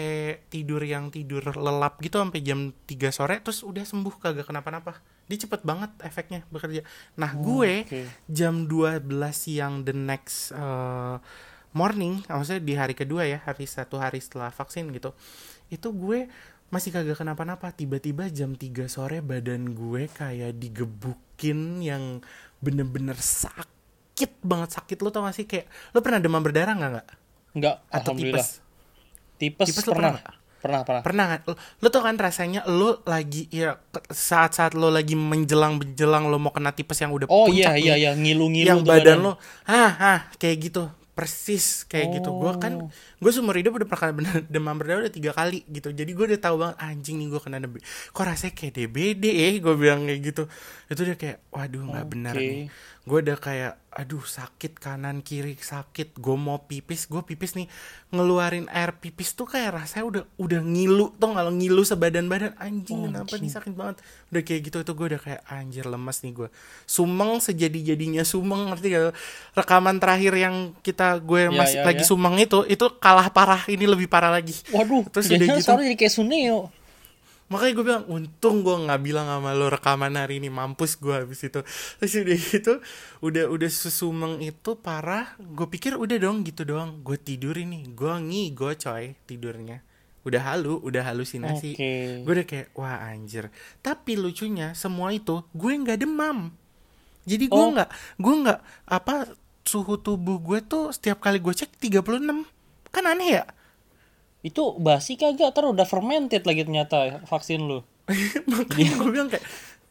lelap gitu sampai jam 3 sore, terus udah sembuh kagak kenapa-napa. Dia cepet banget efeknya bekerja. Nah gue jam 12 siang the next morning, maksudnya di hari kedua ya, satu hari setelah vaksin gitu, itu gue masih kagak kenapa-napa. Tiba-tiba jam 3 sore badan gue kayak digebukin yang bener-bener sakit banget. Lo tau gak sih, kayak lo pernah demam berdarah nggak? Atau tipes pernah kan? Lo tau kan rasanya lo lagi ya saat lo lagi menjelang lo mau kena tipes yang udah puncak nih, ngilu-ngilu yang badan lo kayak gitu persis kayak gitu. Gue seumur hidup udah pernah demam berdarah udah 3 kali gitu. Jadi gue udah tahu banget anjing nih gue kena kok rasanya kayak DBD gue bilang kayak gitu. Itu udah kayak waduh nggak benar nih. Gue udah kayak aduh sakit kanan kiri sakit. Gue mau pipis, nih ngeluarin air pipis tuh kayak rasanya udah ngilu tuh, kalau ngilu sebadan anjing kenapa nih sakit banget. Udah kayak gitu, itu gue udah kayak anjir lemas nih gue. Sumeng sejadi-jadinya sumeng, ngerti gak? Rekaman terakhir yang gue masih lagi sumeng itu kalah parah, ini lebih parah lagi. Waduh, terus udah gitu sekarang jadi kayak Suneo. Makanya gue bilang untung gue nggak bilang sama lo rekaman hari ini, mampus gue habis itu. Terus udah gitu, udah sesumeng itu parah. Gue pikir udah dong gitu doang, gue tidur ini, gue ngigo coy tidurnya. Udah halusinasi. Oke. Gue udah kayak wah anjir. Tapi lucunya semua itu gue nggak demam. Jadi Oh, gue nggak apa, suhu tubuh gue tuh setiap kali gue cek 36. Kan aneh ya? itu basi kagak? Terus udah fermented lagi ternyata vaksin lu. Makanya gue bilang kayak,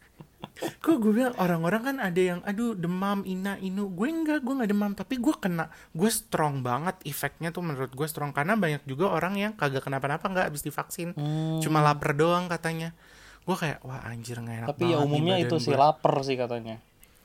kok gue bilang orang-orang kan ada yang aduh demam inu, gue nggak demam, tapi gue strong banget efeknya tuh, menurut gue strong karena banyak juga orang yang kagak kenapa-napa nggak habis divaksin, cuma lapar doang katanya. Gue kayak wah anjir nggak enak Tapi ya banget nih umumnya badan itu sih gue. lapar sih katanya.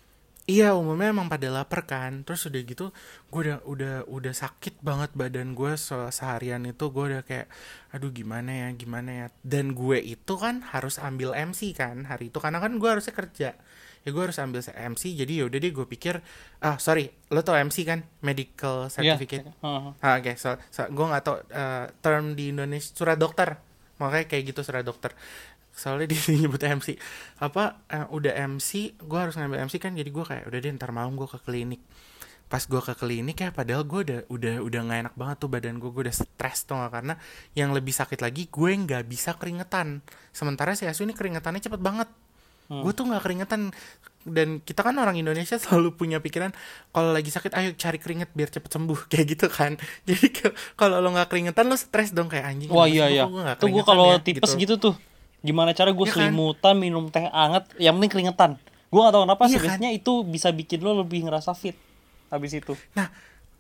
Iya umumnya emang pada lapar kan. Terus udah gitu gue udah sakit banget badan gue seharian itu. Gue udah kayak aduh gimana ya. Dan gue itu kan harus ambil MC kan hari itu, karena kan gue harusnya kerja. Ya gue harus ambil MC, jadi yaudah deh gue pikir sorry, lo tau MC kan, medical Iya. certificate. Heeh. Oke, so gue nggak tau term di Indonesia, surat dokter, makanya kayak gitu, surat dokter. Soalnya disebut MC apa, udah MC gue harus ngambil MC kan, jadi gue kayak udah deh ntar malam gue ke klinik. Pas gue ke klinik ya, padahal gue udah nggak enak banget tuh badan gue udah stres tuh gak, karena yang lebih sakit lagi gue nggak bisa keringetan, sementara si Asu ini keringetannya cepet banget. Gue tuh nggak keringetan, dan kita kan orang Indonesia selalu punya pikiran kalau lagi sakit ayo cari keringet biar cepet sembuh kayak gitu kan. Jadi kalau lo nggak keringetan lo stres dong, kayak anjing Wah kenapa iya sih iya. kok gue nggak Tuh gue keringetan kalau ya tipes gitu. gitu tuh, gimana cara gue Iya kan? selimutan minum teh anget, yang penting keringetan. Gue gak tahu kenapa Iya kan? sebenarnya itu bisa bikin lo lebih ngerasa fit habis itu. Nah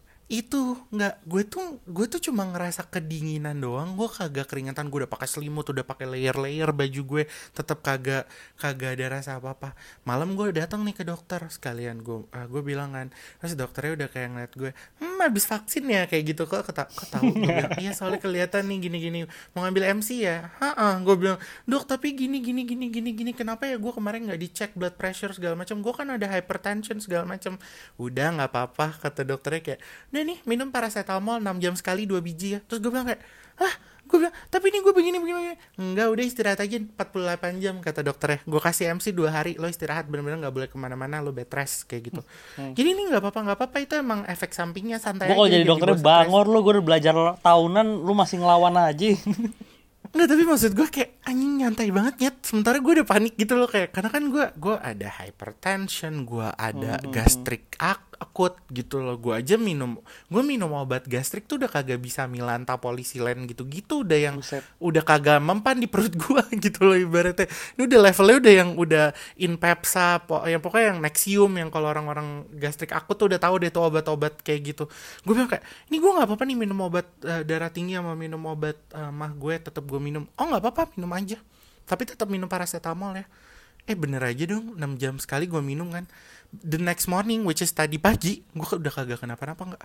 itu nggak, gue tuh cuma ngerasa kedinginan doang, gue kagak keringetan. Gue udah pakai selimut, udah pakai layer baju gue, tetap kagak ada rasa apa apa. Malam gue datang nih ke dokter sekalian, gue bilang kan, terus dokternya udah kayak ngeliat gue, habis vaksin ya kayak gitu, kok tahu. Gue bilang iya soalnya kelihatan nih gini mau ngambil MC ya. Gue bilang dok tapi gini kenapa ya gue kemarin nggak dicek blood pressure segala macam, gue kan ada hypertension segala macam. Udah nggak apa-apa kata dokternya, kayak udah nih minum paracetamol 6 jam sekali 2 biji ya. Terus gue bilang kayak gue bilang tapi ini gue begini. Enggak, udah istirahat aja 48 jam kata dokternya. Gue kasih MC 2 hari, lo istirahat bener-bener gak boleh kemana-mana, lo bed rest kayak gitu. Jadi ini gak apa-apa, itu emang efek sampingnya, santai Gue aja kalau jadi biar dokternya dibawa stres. bangor lo, gue udah belajar tahunan, lu masih ngelawan aja. Enggak, tapi maksud gue kayak anjing nyantai banget nyet. Sementara gue udah panik gitu loh, kayak karena kan gue ada hypertension, gue ada gastrik akut gitu loh. Gue minum obat gastrik tuh udah kagak bisa Milanta Polisilen gitu-gitu, udah yang Buset. udah kagak mempan di perut gue gitu loh ibaratnya. Ini udah levelnya udah yang udah Inpepsa, yang pokoknya yang Nexium, yang kalau orang-orang gastrik akut tuh udah tahu deh tuh obat-obat kayak gitu. Gue bilang kayak ini gue nggak apa-apa nih minum obat darah tinggi sama minum obat mah gue tetap gue minum. Oh nggak apa-apa, minum aja, tapi tetap minum paracetamol ya. Bener aja dong, 6 jam sekali gue minum kan. The next morning, which is tadi pagi, gue udah kagak kenapa-napa nggak.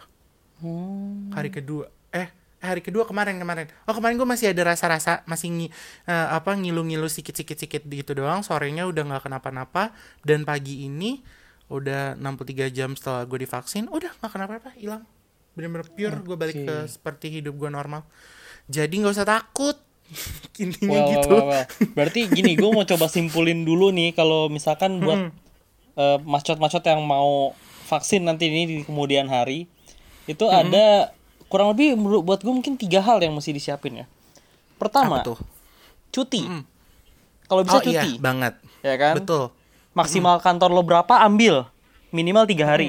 Hari kedua hari kedua kemarin gue masih ada rasa-rasa, masih ngilu-ngilu sikit gitu doang. Sorenya udah nggak kenapa-napa, dan pagi ini udah 63 jam setelah gue divaksin udah nggak kenapa-napa, hilang bener-bener pure. Gue balik ke seperti hidup gue normal, jadi nggak usah takut. Intinya gitu. Well. Berarti gini, gue mau coba simpulin dulu nih, kalau misalkan buat macot-macot yang mau vaksin nanti ini di kemudian hari, itu ada kurang lebih buat gue mungkin 3 hal yang mesti disiapin ya. Pertama, Apa tuh? cuti. Kalau bisa cuti, Iya banget, ya kan? betul. Maksimal kantor lo berapa, ambil minimal 3 hari.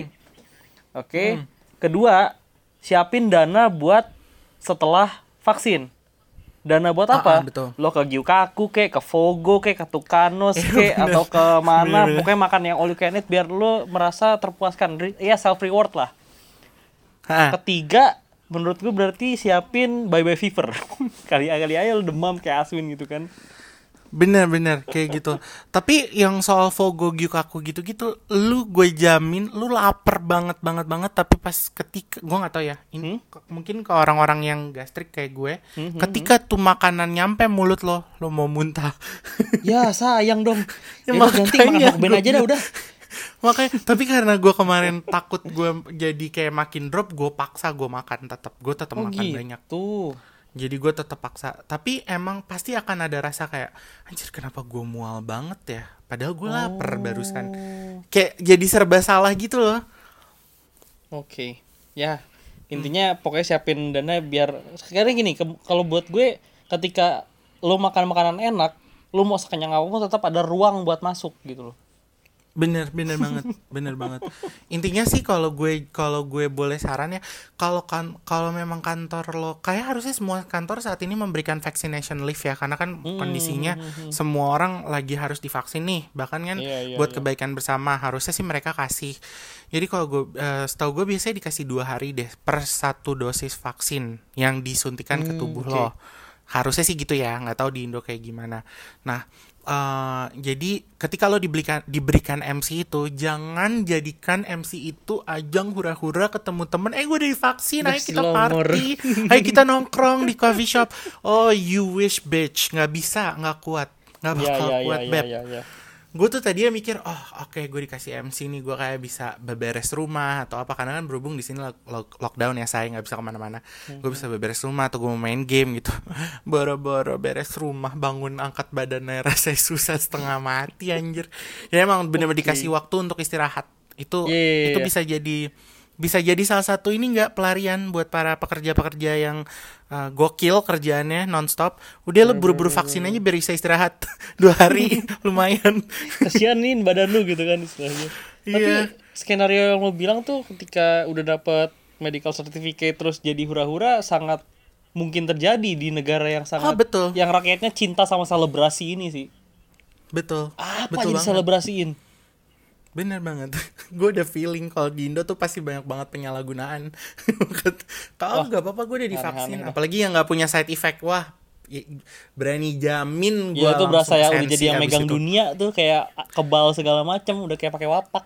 Oke. Kedua, siapin dana buat setelah vaksin. Dana buat apa? Betul. Lo ke Gyukaku kek, ke Fogo kek, ke Tukanos kek, atau ke mana, pokoknya makan yang all you can eat biar lo merasa terpuaskan. Ya self reward lah. Ketiga, menurut gue berarti siapin bye fever. Kali aja lo demam kayak Aswin gitu kan. Bener kayak gitu. Tapi yang soal Fogo Gyukaku gitu-gitu, gue jamin lu lapar banget. Tapi pas ketika gue nggak tahu ya, ini mungkin ke orang-orang yang gastrik kayak gue, ketika tuh makanan nyampe mulut lo mau muntah. Ya sayang dong. Ya, Ya, ganti makan makanya Hokben aja dah udah. Makanya, tapi karena gue kemarin takut gue jadi kayak makin drop, gue paksa gue makan tetap. Gue tetap makan banyak. Tuh. Jadi gue tetap paksa. Tapi emang pasti akan ada rasa kayak, anjir kenapa gue mual banget ya? Padahal gue lapar barusan. Oh, Kayak jadi serba salah gitu loh. oke. Ya, intinya pokoknya siapin dana biar sekarang gini, kalau buat gue ketika lo makan makanan enak, lo mau sekenyang apapun tetap ada ruang buat masuk gitu loh. Bener banget, bener banget. Intinya sih kalau gue boleh saran ya, kalau memang kantor lo, kayak harusnya semua kantor saat ini memberikan vaccination leave ya, karena kan kondisinya semua orang lagi harus divaksin nih, bahkan kan Iya, iya, buat iya. kebaikan bersama harusnya sih mereka kasih. Jadi kalau gue, setahu gue biasanya dikasih 2 hari deh per satu dosis vaksin yang disuntikan ke tubuh Oke. lo. Harusnya sih gitu ya, nggak tahu di Indo kayak gimana. Nah, jadi ketika lo diberikan MC itu, jangan jadikan MC itu ajang hura-hura ketemu temen. Gue udah divaksin, ayo kita Berselomor. party, ayo kita nongkrong di coffee shop. Oh, you wish bitch, nggak bisa, nggak kuat, nggak Ya, bakal ya, ya, kuat ya, beb. ya, ya. Gue tuh tadinya mikir, oh oke, gue dikasih MC nih, gue kayak bisa beberes rumah atau apa, karena kan berhubung di sini lockdown ya, saya nggak bisa kemana-mana. Gue bisa beberes rumah atau gue mau main game gitu. Boro-boro beres rumah, bangun angkat badannya rasanya susah setengah mati anjir. Ya emang bener-bener Oke. dikasih waktu untuk istirahat. Itu Iya, iya, itu iya. bisa jadi salah satu ini nggak pelarian buat para pekerja-pekerja yang gokil kerjaannya nonstop. Udah lo buru-buru vaksin aja biar bisa istirahat 2 hari lumayan. Kasian nih badan lu gitu kan istilahnya. Tapi Iya. skenario yang lo bilang tuh ketika udah dapet medical certificate terus jadi hura-hura sangat mungkin terjadi di negara yang Oh sangat betul, yang rakyatnya cinta sama selebrasi ini sih. betul, Apa betul aja banget, diselebrasiin? bener banget. Gue udah feeling kalau di Indo tuh pasti banyak banget penyalahgunaan. Kalau Wah, nggak apa-apa gue udah divaksin, aneh-aneh dah. apalagi yang nggak punya side effect, wah berani jamin gue Ya itu berasa langsung ya udah sensi jadi yang abis megang itu. dunia tuh kayak kebal segala macam udah kayak pakai wapak.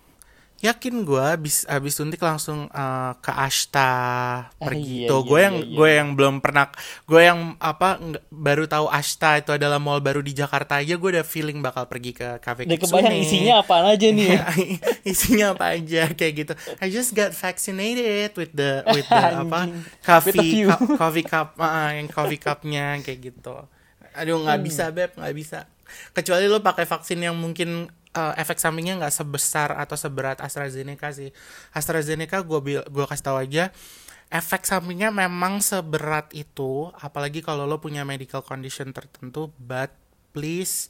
Yakin gue abis suntik langsung ke Ashta pergi. Iya, Tuh iya, gue iya, iya, gue iya. yang belum pernah, gue yang apa baru tahu Ashta itu adalah mall baru di Jakarta aja, gue udah feeling bakal pergi ke cafe Udah kebayang Kitsune. isinya apaan aja nih ya. Isinya apa aja kayak gitu. I just got vaccinated with the apa Anjing. With a coffee few. coffee cup, yang coffee cupnya kayak gitu. Aduh nggak bisa beb, nggak bisa. Kecuali lo pakai vaksin yang mungkin efek sampingnya nggak sebesar atau seberat AstraZeneca sih. AstraZeneca gue kasih tahu aja, efek sampingnya memang seberat itu, apalagi kalau lo punya medical condition tertentu. But please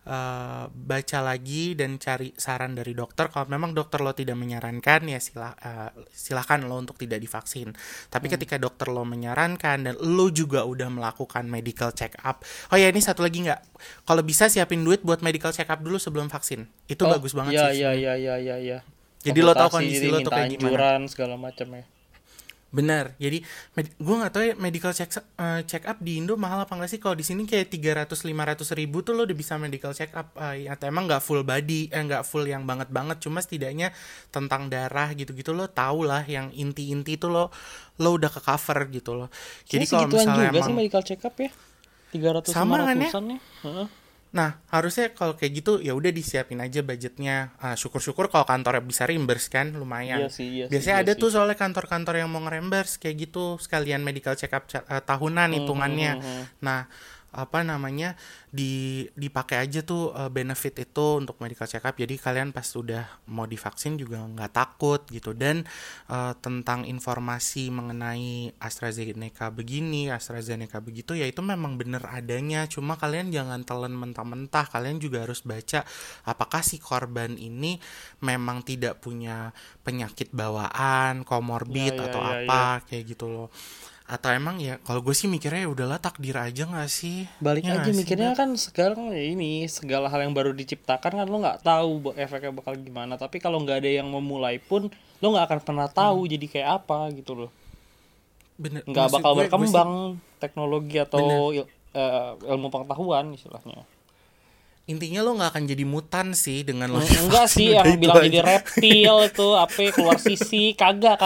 baca lagi dan cari saran dari dokter. Kalau memang dokter lo tidak menyarankan ya silahkan lo untuk tidak divaksin. Tapi ketika dokter lo menyarankan dan lo juga udah melakukan medical check up, oh ya ini satu lagi nggak, kalau bisa siapin duit buat medical check up dulu sebelum vaksin. Itu Oh, bagus banget iya, sih iya, sebenarnya. iya, iya, iya, iya. Jadi lo tahu Konsultasi, kondisi lo tuh minta kayak gimana. anjuran segala macam ya. Benar. Jadi gue nggak tahu ya medical check up di Indo mahal apa nggak sih? Kalau di sini kayak 300-500 ribu tuh lo udah bisa medical check up. Atau emang nggak full body, nggak full yang banget, cuma setidaknya tentang darah gitu-gitu lo tau lah, yang inti-inti itu lo udah ke cover gitu loh. Jadi Kayaknya kalau segituan misalnya juga sih emang medical check up ya. 300 sama kan ya? 500-an ya. Heeh. Nah, harusnya kalau kayak gitu ya udah disiapin aja budgetnya. Syukur-syukur kalau kantornya bisa reimburse kan, lumayan. Iya sih, iya sih, Biasanya iya ada sih. tuh soalnya kantor-kantor yang mau nge-reimburse kayak gitu, sekalian medical check up tahunan hitungannya. Nah, apa namanya, dipakai aja tuh benefit itu untuk medical check up. Jadi kalian pas udah mau divaksin juga nggak takut gitu. Dan tentang informasi mengenai AstraZeneca begini, AstraZeneca begitu, ya itu memang bener adanya. Cuma kalian jangan telan mentah-mentah. Kalian juga harus baca apakah si korban ini memang tidak punya penyakit bawaan, komorbid Ya, ya, atau ya, apa kayak gitu loh. Atau emang ya kalau gue sih mikirnya ya udahlah takdir aja nggak sih? Balik Ya aja nggak sih, mikirnya Beb? kan sekarang ya ini segala hal yang baru diciptakan kan lo nggak tahu efeknya bakal gimana. Tapi kalau nggak ada yang memulai pun lo nggak akan pernah tahu jadi kayak apa gitu loh. Bener, Nggak maksud bakal gue sih berkembang teknologi atau bener. ilmu pengetahuan istilahnya. Intinya lo nggak akan jadi mutan sih dengan lo Enggak divaksin, sih udah yang itu bilang aja. jadi reptil itu apa keluar sisi kagak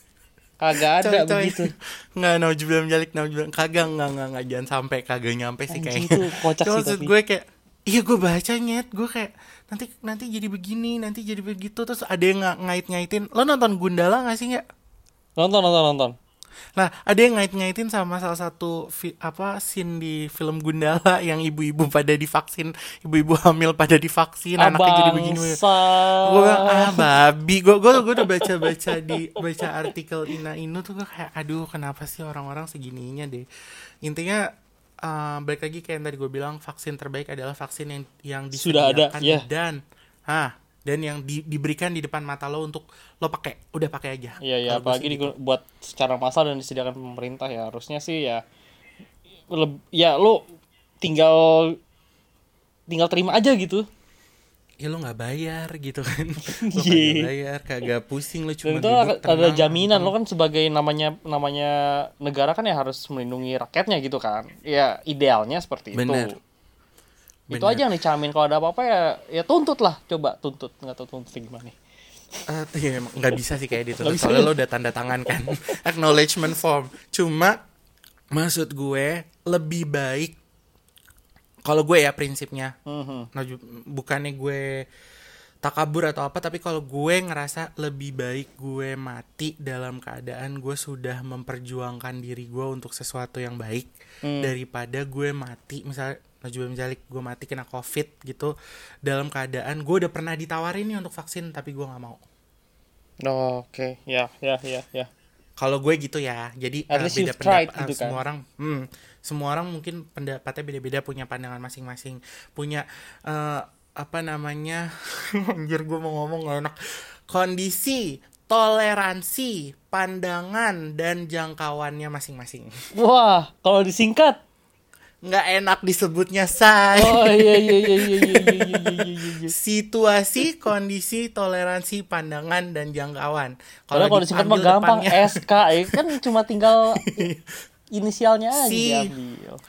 ada Coy, begitu. nggak, naujubilam kagak, nggak, jangan sampai kagak nyampe sih Anjing kayaknya. itu kocak Cuma sih maksud tapi. gue kayak, iya gue baca nyet, gue kayak nanti jadi begini, nanti jadi begitu, terus ada yang ngait-ngaitin. Lo nonton Gundala nggak sih nggak? Nonton. Nah, ada yang ngait-ngaitin sama salah satu scene di film Gundala yang ibu-ibu pada divaksin, ibu-ibu hamil pada divaksin, anaknya jadi begini. Abangsa. Gue bilang babi. Gue udah baca artikel Ina Inu tuh gue kayak aduh kenapa sih orang-orang segininya deh. Intinya balik lagi kayak yang tadi gue bilang, vaksin terbaik adalah vaksin yang Sudah ada, disediakan ya. dan yang diberikan di depan mata lo untuk lo pakai, udah pakai aja. Iya ya, Kalau gue apalagi sih gitu. buat secara massal dan disediakan pemerintah ya, harusnya sih ya ya lo tinggal tinggal terima aja gitu. Ya lo nggak bayar gitu kan. Lo kagak Iya. bayar, kagak pusing, lo Dan cuma itu duduk ada tenang. jaminan lo kan sebagai namanya negara kan ya harus melindungi rakyatnya gitu kan. Ya idealnya seperti Bener. itu. Itu aja yang dicamin, kalau ada apa-apa ya tuntut lah, coba tuntut, nggak tahu tuntut gimana nih. Ya, emang nggak bisa sih kayak gitu. Nggak bisa Soalnya ya? lo udah tanda tangan kan, acknowledgement form. Cuma maksud gue lebih baik kalau gue ya prinsipnya. Nah, bukannya gue takabur atau apa, tapi kalau gue ngerasa lebih baik gue mati dalam keadaan gue sudah memperjuangkan diri gue untuk sesuatu yang baik daripada gue mati misalnya gue mati kena COVID gitu dalam keadaan gue udah pernah ditawarin nih untuk vaksin tapi gue nggak mau. Oke, ya. Kalau gue gitu ya, jadi At least beda you've tried pendapat. gitu kan. Semua orang mungkin pendapatnya beda-beda, punya pandangan masing-masing, punya apa namanya, anjir gue mau ngomong gak enak, kondisi, toleransi, pandangan dan jangkauannya masing-masing. Wah, kalau disingkat. Nggak enak disebutnya, say. Oh iya. Situasi, kondisi, toleransi, pandangan dan jangkauan. Kalau disingkat mah diambil gampang, depannya, SK ya kan cuma tinggal inisialnya aja diambil.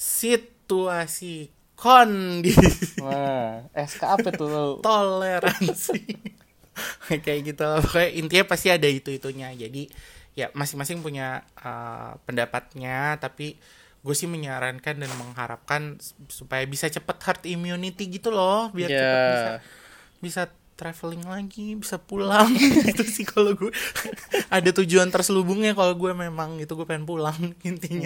situasi, kondisi, Nah, SK apa tuh? toleransi. Kayak gitu. Pokoknya intinya pasti ada itu-itunya. Jadi ya masing-masing punya pendapatnya, tapi gue sih menyarankan dan mengharapkan supaya bisa cepet herd immunity gitu loh, biar cepet bisa traveling lagi, bisa pulang. Gitu sih kalau gue. Ada tujuan terselubungnya kalau gue, memang itu gue pengen pulang intinya.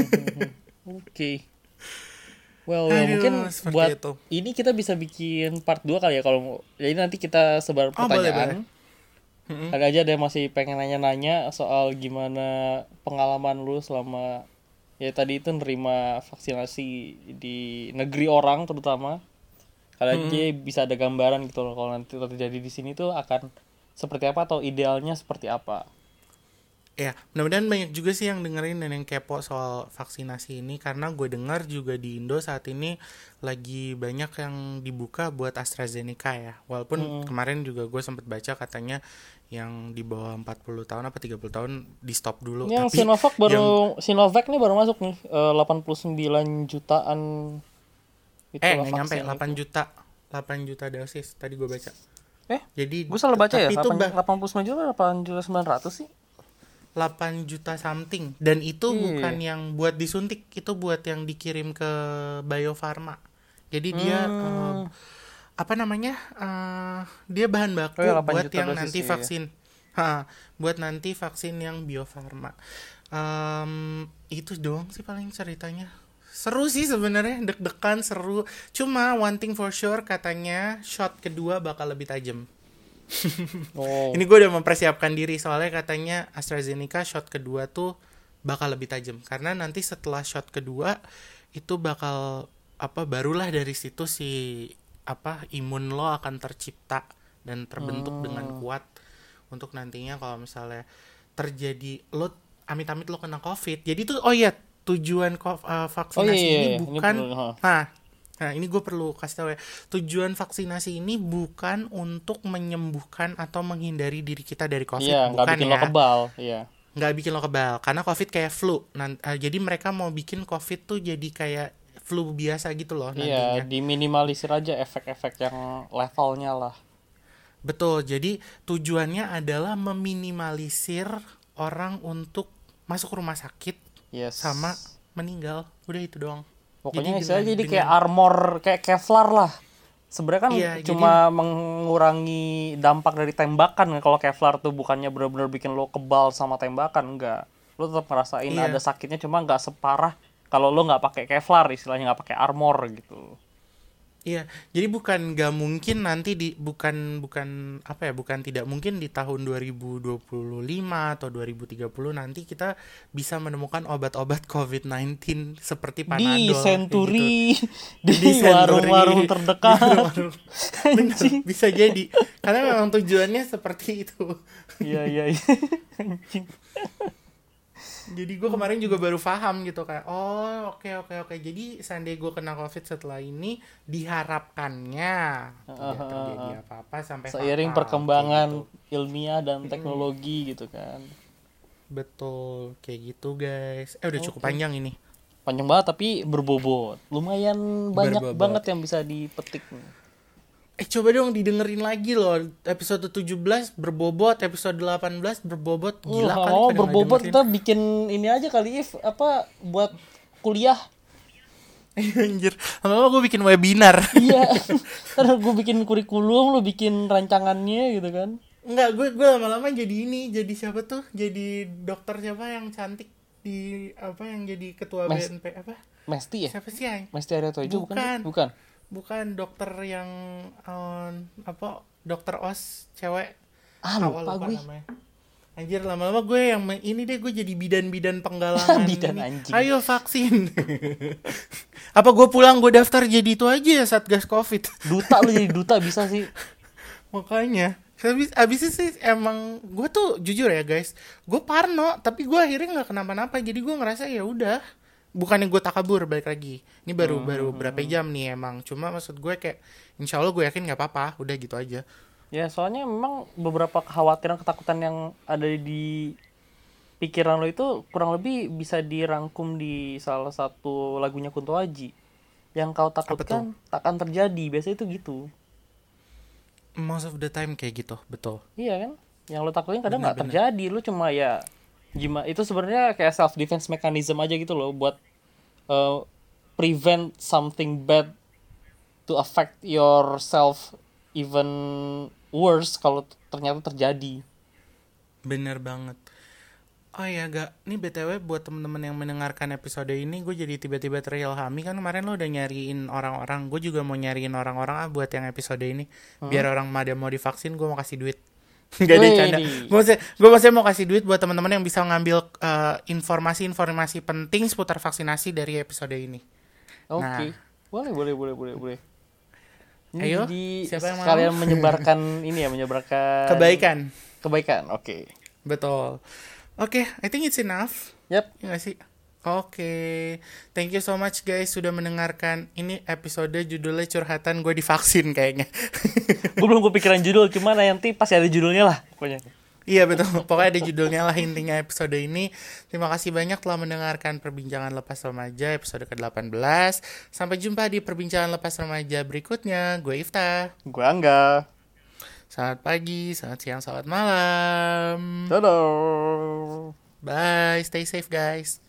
Oke. Well, Aduh, mungkin seperti buat itu. ini kita bisa bikin part 2 kali ya kalau mau. Jadi nanti kita sebar pertanyaan. Ada aja ada yang masih pengen nanya-nanya soal gimana pengalaman lu selama ya tadi itu nerima vaksinasi di negeri orang terutama. Kalau aja bisa ada gambaran gitu loh kalau nanti terjadi di sini tuh akan seperti apa atau idealnya seperti apa. Ya, mudah-mudahan banyak juga sih yang dengerin dan yang kepo soal vaksinasi ini, karena gue dengar juga di Indo saat ini lagi banyak yang dibuka buat AstraZeneca ya. Walaupun kemarin juga gue sempat baca katanya yang di bawah 40 tahun apa 30 tahun di stop dulu. Yang Tapi Sinovac nih baru masuk nih 89 jutaan itu nggak nyampe vaksin 8 itu. juta 8 juta dosis tadi gue baca. Jadi Gue salah baca ya, tapi itu 89 juta 8 juta 900 sih. 8 juta something, dan itu bukan yang buat disuntik, itu buat yang dikirim ke Bio Farma. Jadi dia apa namanya, dia bahan baku buat yang nanti vaksin, buat nanti vaksin yang Bio Farma. Itu doang sih paling ceritanya. Seru sih sebenarnya, deg-degan, seru. Cuma one thing for sure, katanya shot kedua bakal lebih tajam. Ini gue udah mempersiapkan diri, soalnya katanya AstraZeneca shot kedua tuh bakal lebih tajam, karena nanti setelah shot kedua itu bakal barulah dari situ si imun lo akan tercipta dan terbentuk dengan kuat untuk nantinya kalau misalnya terjadi lo amit-amit lo kena COVID. Jadi tuh tujuan vaksinasi ini bukan Nah, ini gue perlu kasih tahu ya. Tujuan vaksinasi ini bukan untuk menyembuhkan atau menghindari diri kita dari COVID. Iya, bukan bikin ya. Lo kebal. Iya. Nggak bikin lo kebal. Karena COVID kayak flu. Jadi mereka mau bikin COVID tuh jadi kayak flu biasa gitu loh nantinya. Iya, diminimalisir aja efek-efek yang levelnya lah. Betul. Jadi tujuannya adalah meminimalisir orang untuk masuk rumah sakit sama meninggal. Udah itu doang. Pokoknya jadi kayak armor, kayak Kevlar lah. Sebenarnya kan cuma mengurangi dampak dari tembakan. Kalau Kevlar tuh bukannya benar-benar bikin lo kebal sama tembakan, enggak. Lo tetap ngerasain Iya. ada sakitnya, cuma nggak separah kalau lo nggak pakai Kevlar, istilahnya nggak pakai armor gitu. Iya, jadi bukan nggak mungkin nanti bukan bukan apa ya, bukan tidak mungkin di tahun 2025 atau 2030 nanti kita bisa menemukan obat-obat COVID-19 seperti Di Panadol kayak gitu. Century, Di di Century, warung-warung di terdekat. warung-warung. Bener, Anjing. bisa jadi. Karena memang tujuannya seperti itu. Iya, iya, iya. Anjing. Jadi gue kemarin juga baru paham gitu kayak, oh oke oke oke. Jadi seandainya gue kena COVID setelah ini, diharapkannya tidak terjadi apa-apa sampai Seiring fatal kayak perkembangan gitu. ilmiah dan teknologi gitu kan. Betul, kayak gitu guys. Udah cukup Oke. panjang ini. Panjang banget tapi berbobot. Lumayan banyak Berbobot. banget yang bisa dipetik. Coba dong didengerin lagi loh. Episode 17 berbobot, episode 18 berbobot. Gila kali Oh, pada berbobot ngedengerin. kita bikin ini aja kali, If, apa buat kuliah. Anjir, lama-lama gue bikin webinar. Iya. Ntar gue bikin kurikulum, lu bikin rancangannya gitu kan. Enggak, gue lama-lama jadi ini, jadi siapa tuh? Jadi dokter siapa yang cantik di apa yang jadi ketua Mes- BNP apa? Mesti ya? Siapa sih yang? Mesti Ariato itu bukan? Bukan. Sih? Bukan. Bukan dokter yang apa? Dokter OS cewek. Lupa gue. Namanya. Anjir, lama-lama gue yang ini deh, gue jadi bidan-bidan penggalangan. Bidan ini. anjing. Ayo vaksin. Apa gue pulang gue daftar jadi itu aja ya, Satgas Covid. Duta, lu jadi duta bisa sih. Makanya abis itu sih emang gue tuh jujur ya guys, gue parno tapi gue akhirnya nggak kenapa-napa, jadi gue ngerasa ya udah, bukannya gue takabur, balik lagi ini baru berapa jam nih emang, cuma maksud gue kayak insya Allah gue yakin nggak apa-apa, udah gitu aja. Ya soalnya memang beberapa kekhawatiran, ketakutan yang ada di pikiran lo itu kurang lebih bisa dirangkum di salah satu lagunya Kunto Aji. Yang kau takutkan takkan terjadi, biasanya itu gitu. Most of the time kayak gitu, betul. Iya kan? Yang lo takutin kadang nggak terjadi, lo cuma ya gimana, itu sebenarnya kayak self defense mechanism aja gitu loh, buat prevent something bad to affect yourself even worse kalau ternyata terjadi. Bener banget. Oh ya gak, ini BTW buat temen-temen yang mendengarkan episode ini, gue jadi tiba-tiba terilhami, kan kemarin lo udah nyariin orang-orang, gue juga mau nyariin orang-orang buat yang episode ini, biar orang pada mau divaksin, gue mau kasih duit. Gak ada canda. Gue masih mau kasih duit buat teman-teman yang bisa ngambil informasi-informasi penting seputar vaksinasi dari episode ini. Oke. Boleh. Ini Ayo, jadi siapa yang sekalian mau? menyebarkan ini ya, menyebarkan Kebaikan. Oke. Betul. Oke, I think it's enough. Yap. Ya gak sih? Oke, thank you so much guys sudah mendengarkan. Ini episode judulnya curhatan gue divaksin kayaknya. Gue belum kepikiran judul, cuman nanti pasti ada judulnya lah pokoknya. Iya betul, pokoknya ada judulnya lah intinya episode ini. Terima kasih banyak telah mendengarkan Perbincangan Lepas Remaja episode ke-18. Sampai jumpa di Perbincangan Lepas Remaja berikutnya. Gue Ifta. Gue Angga. Selamat pagi, selamat siang, selamat malam. Dadah. Bye, stay safe guys.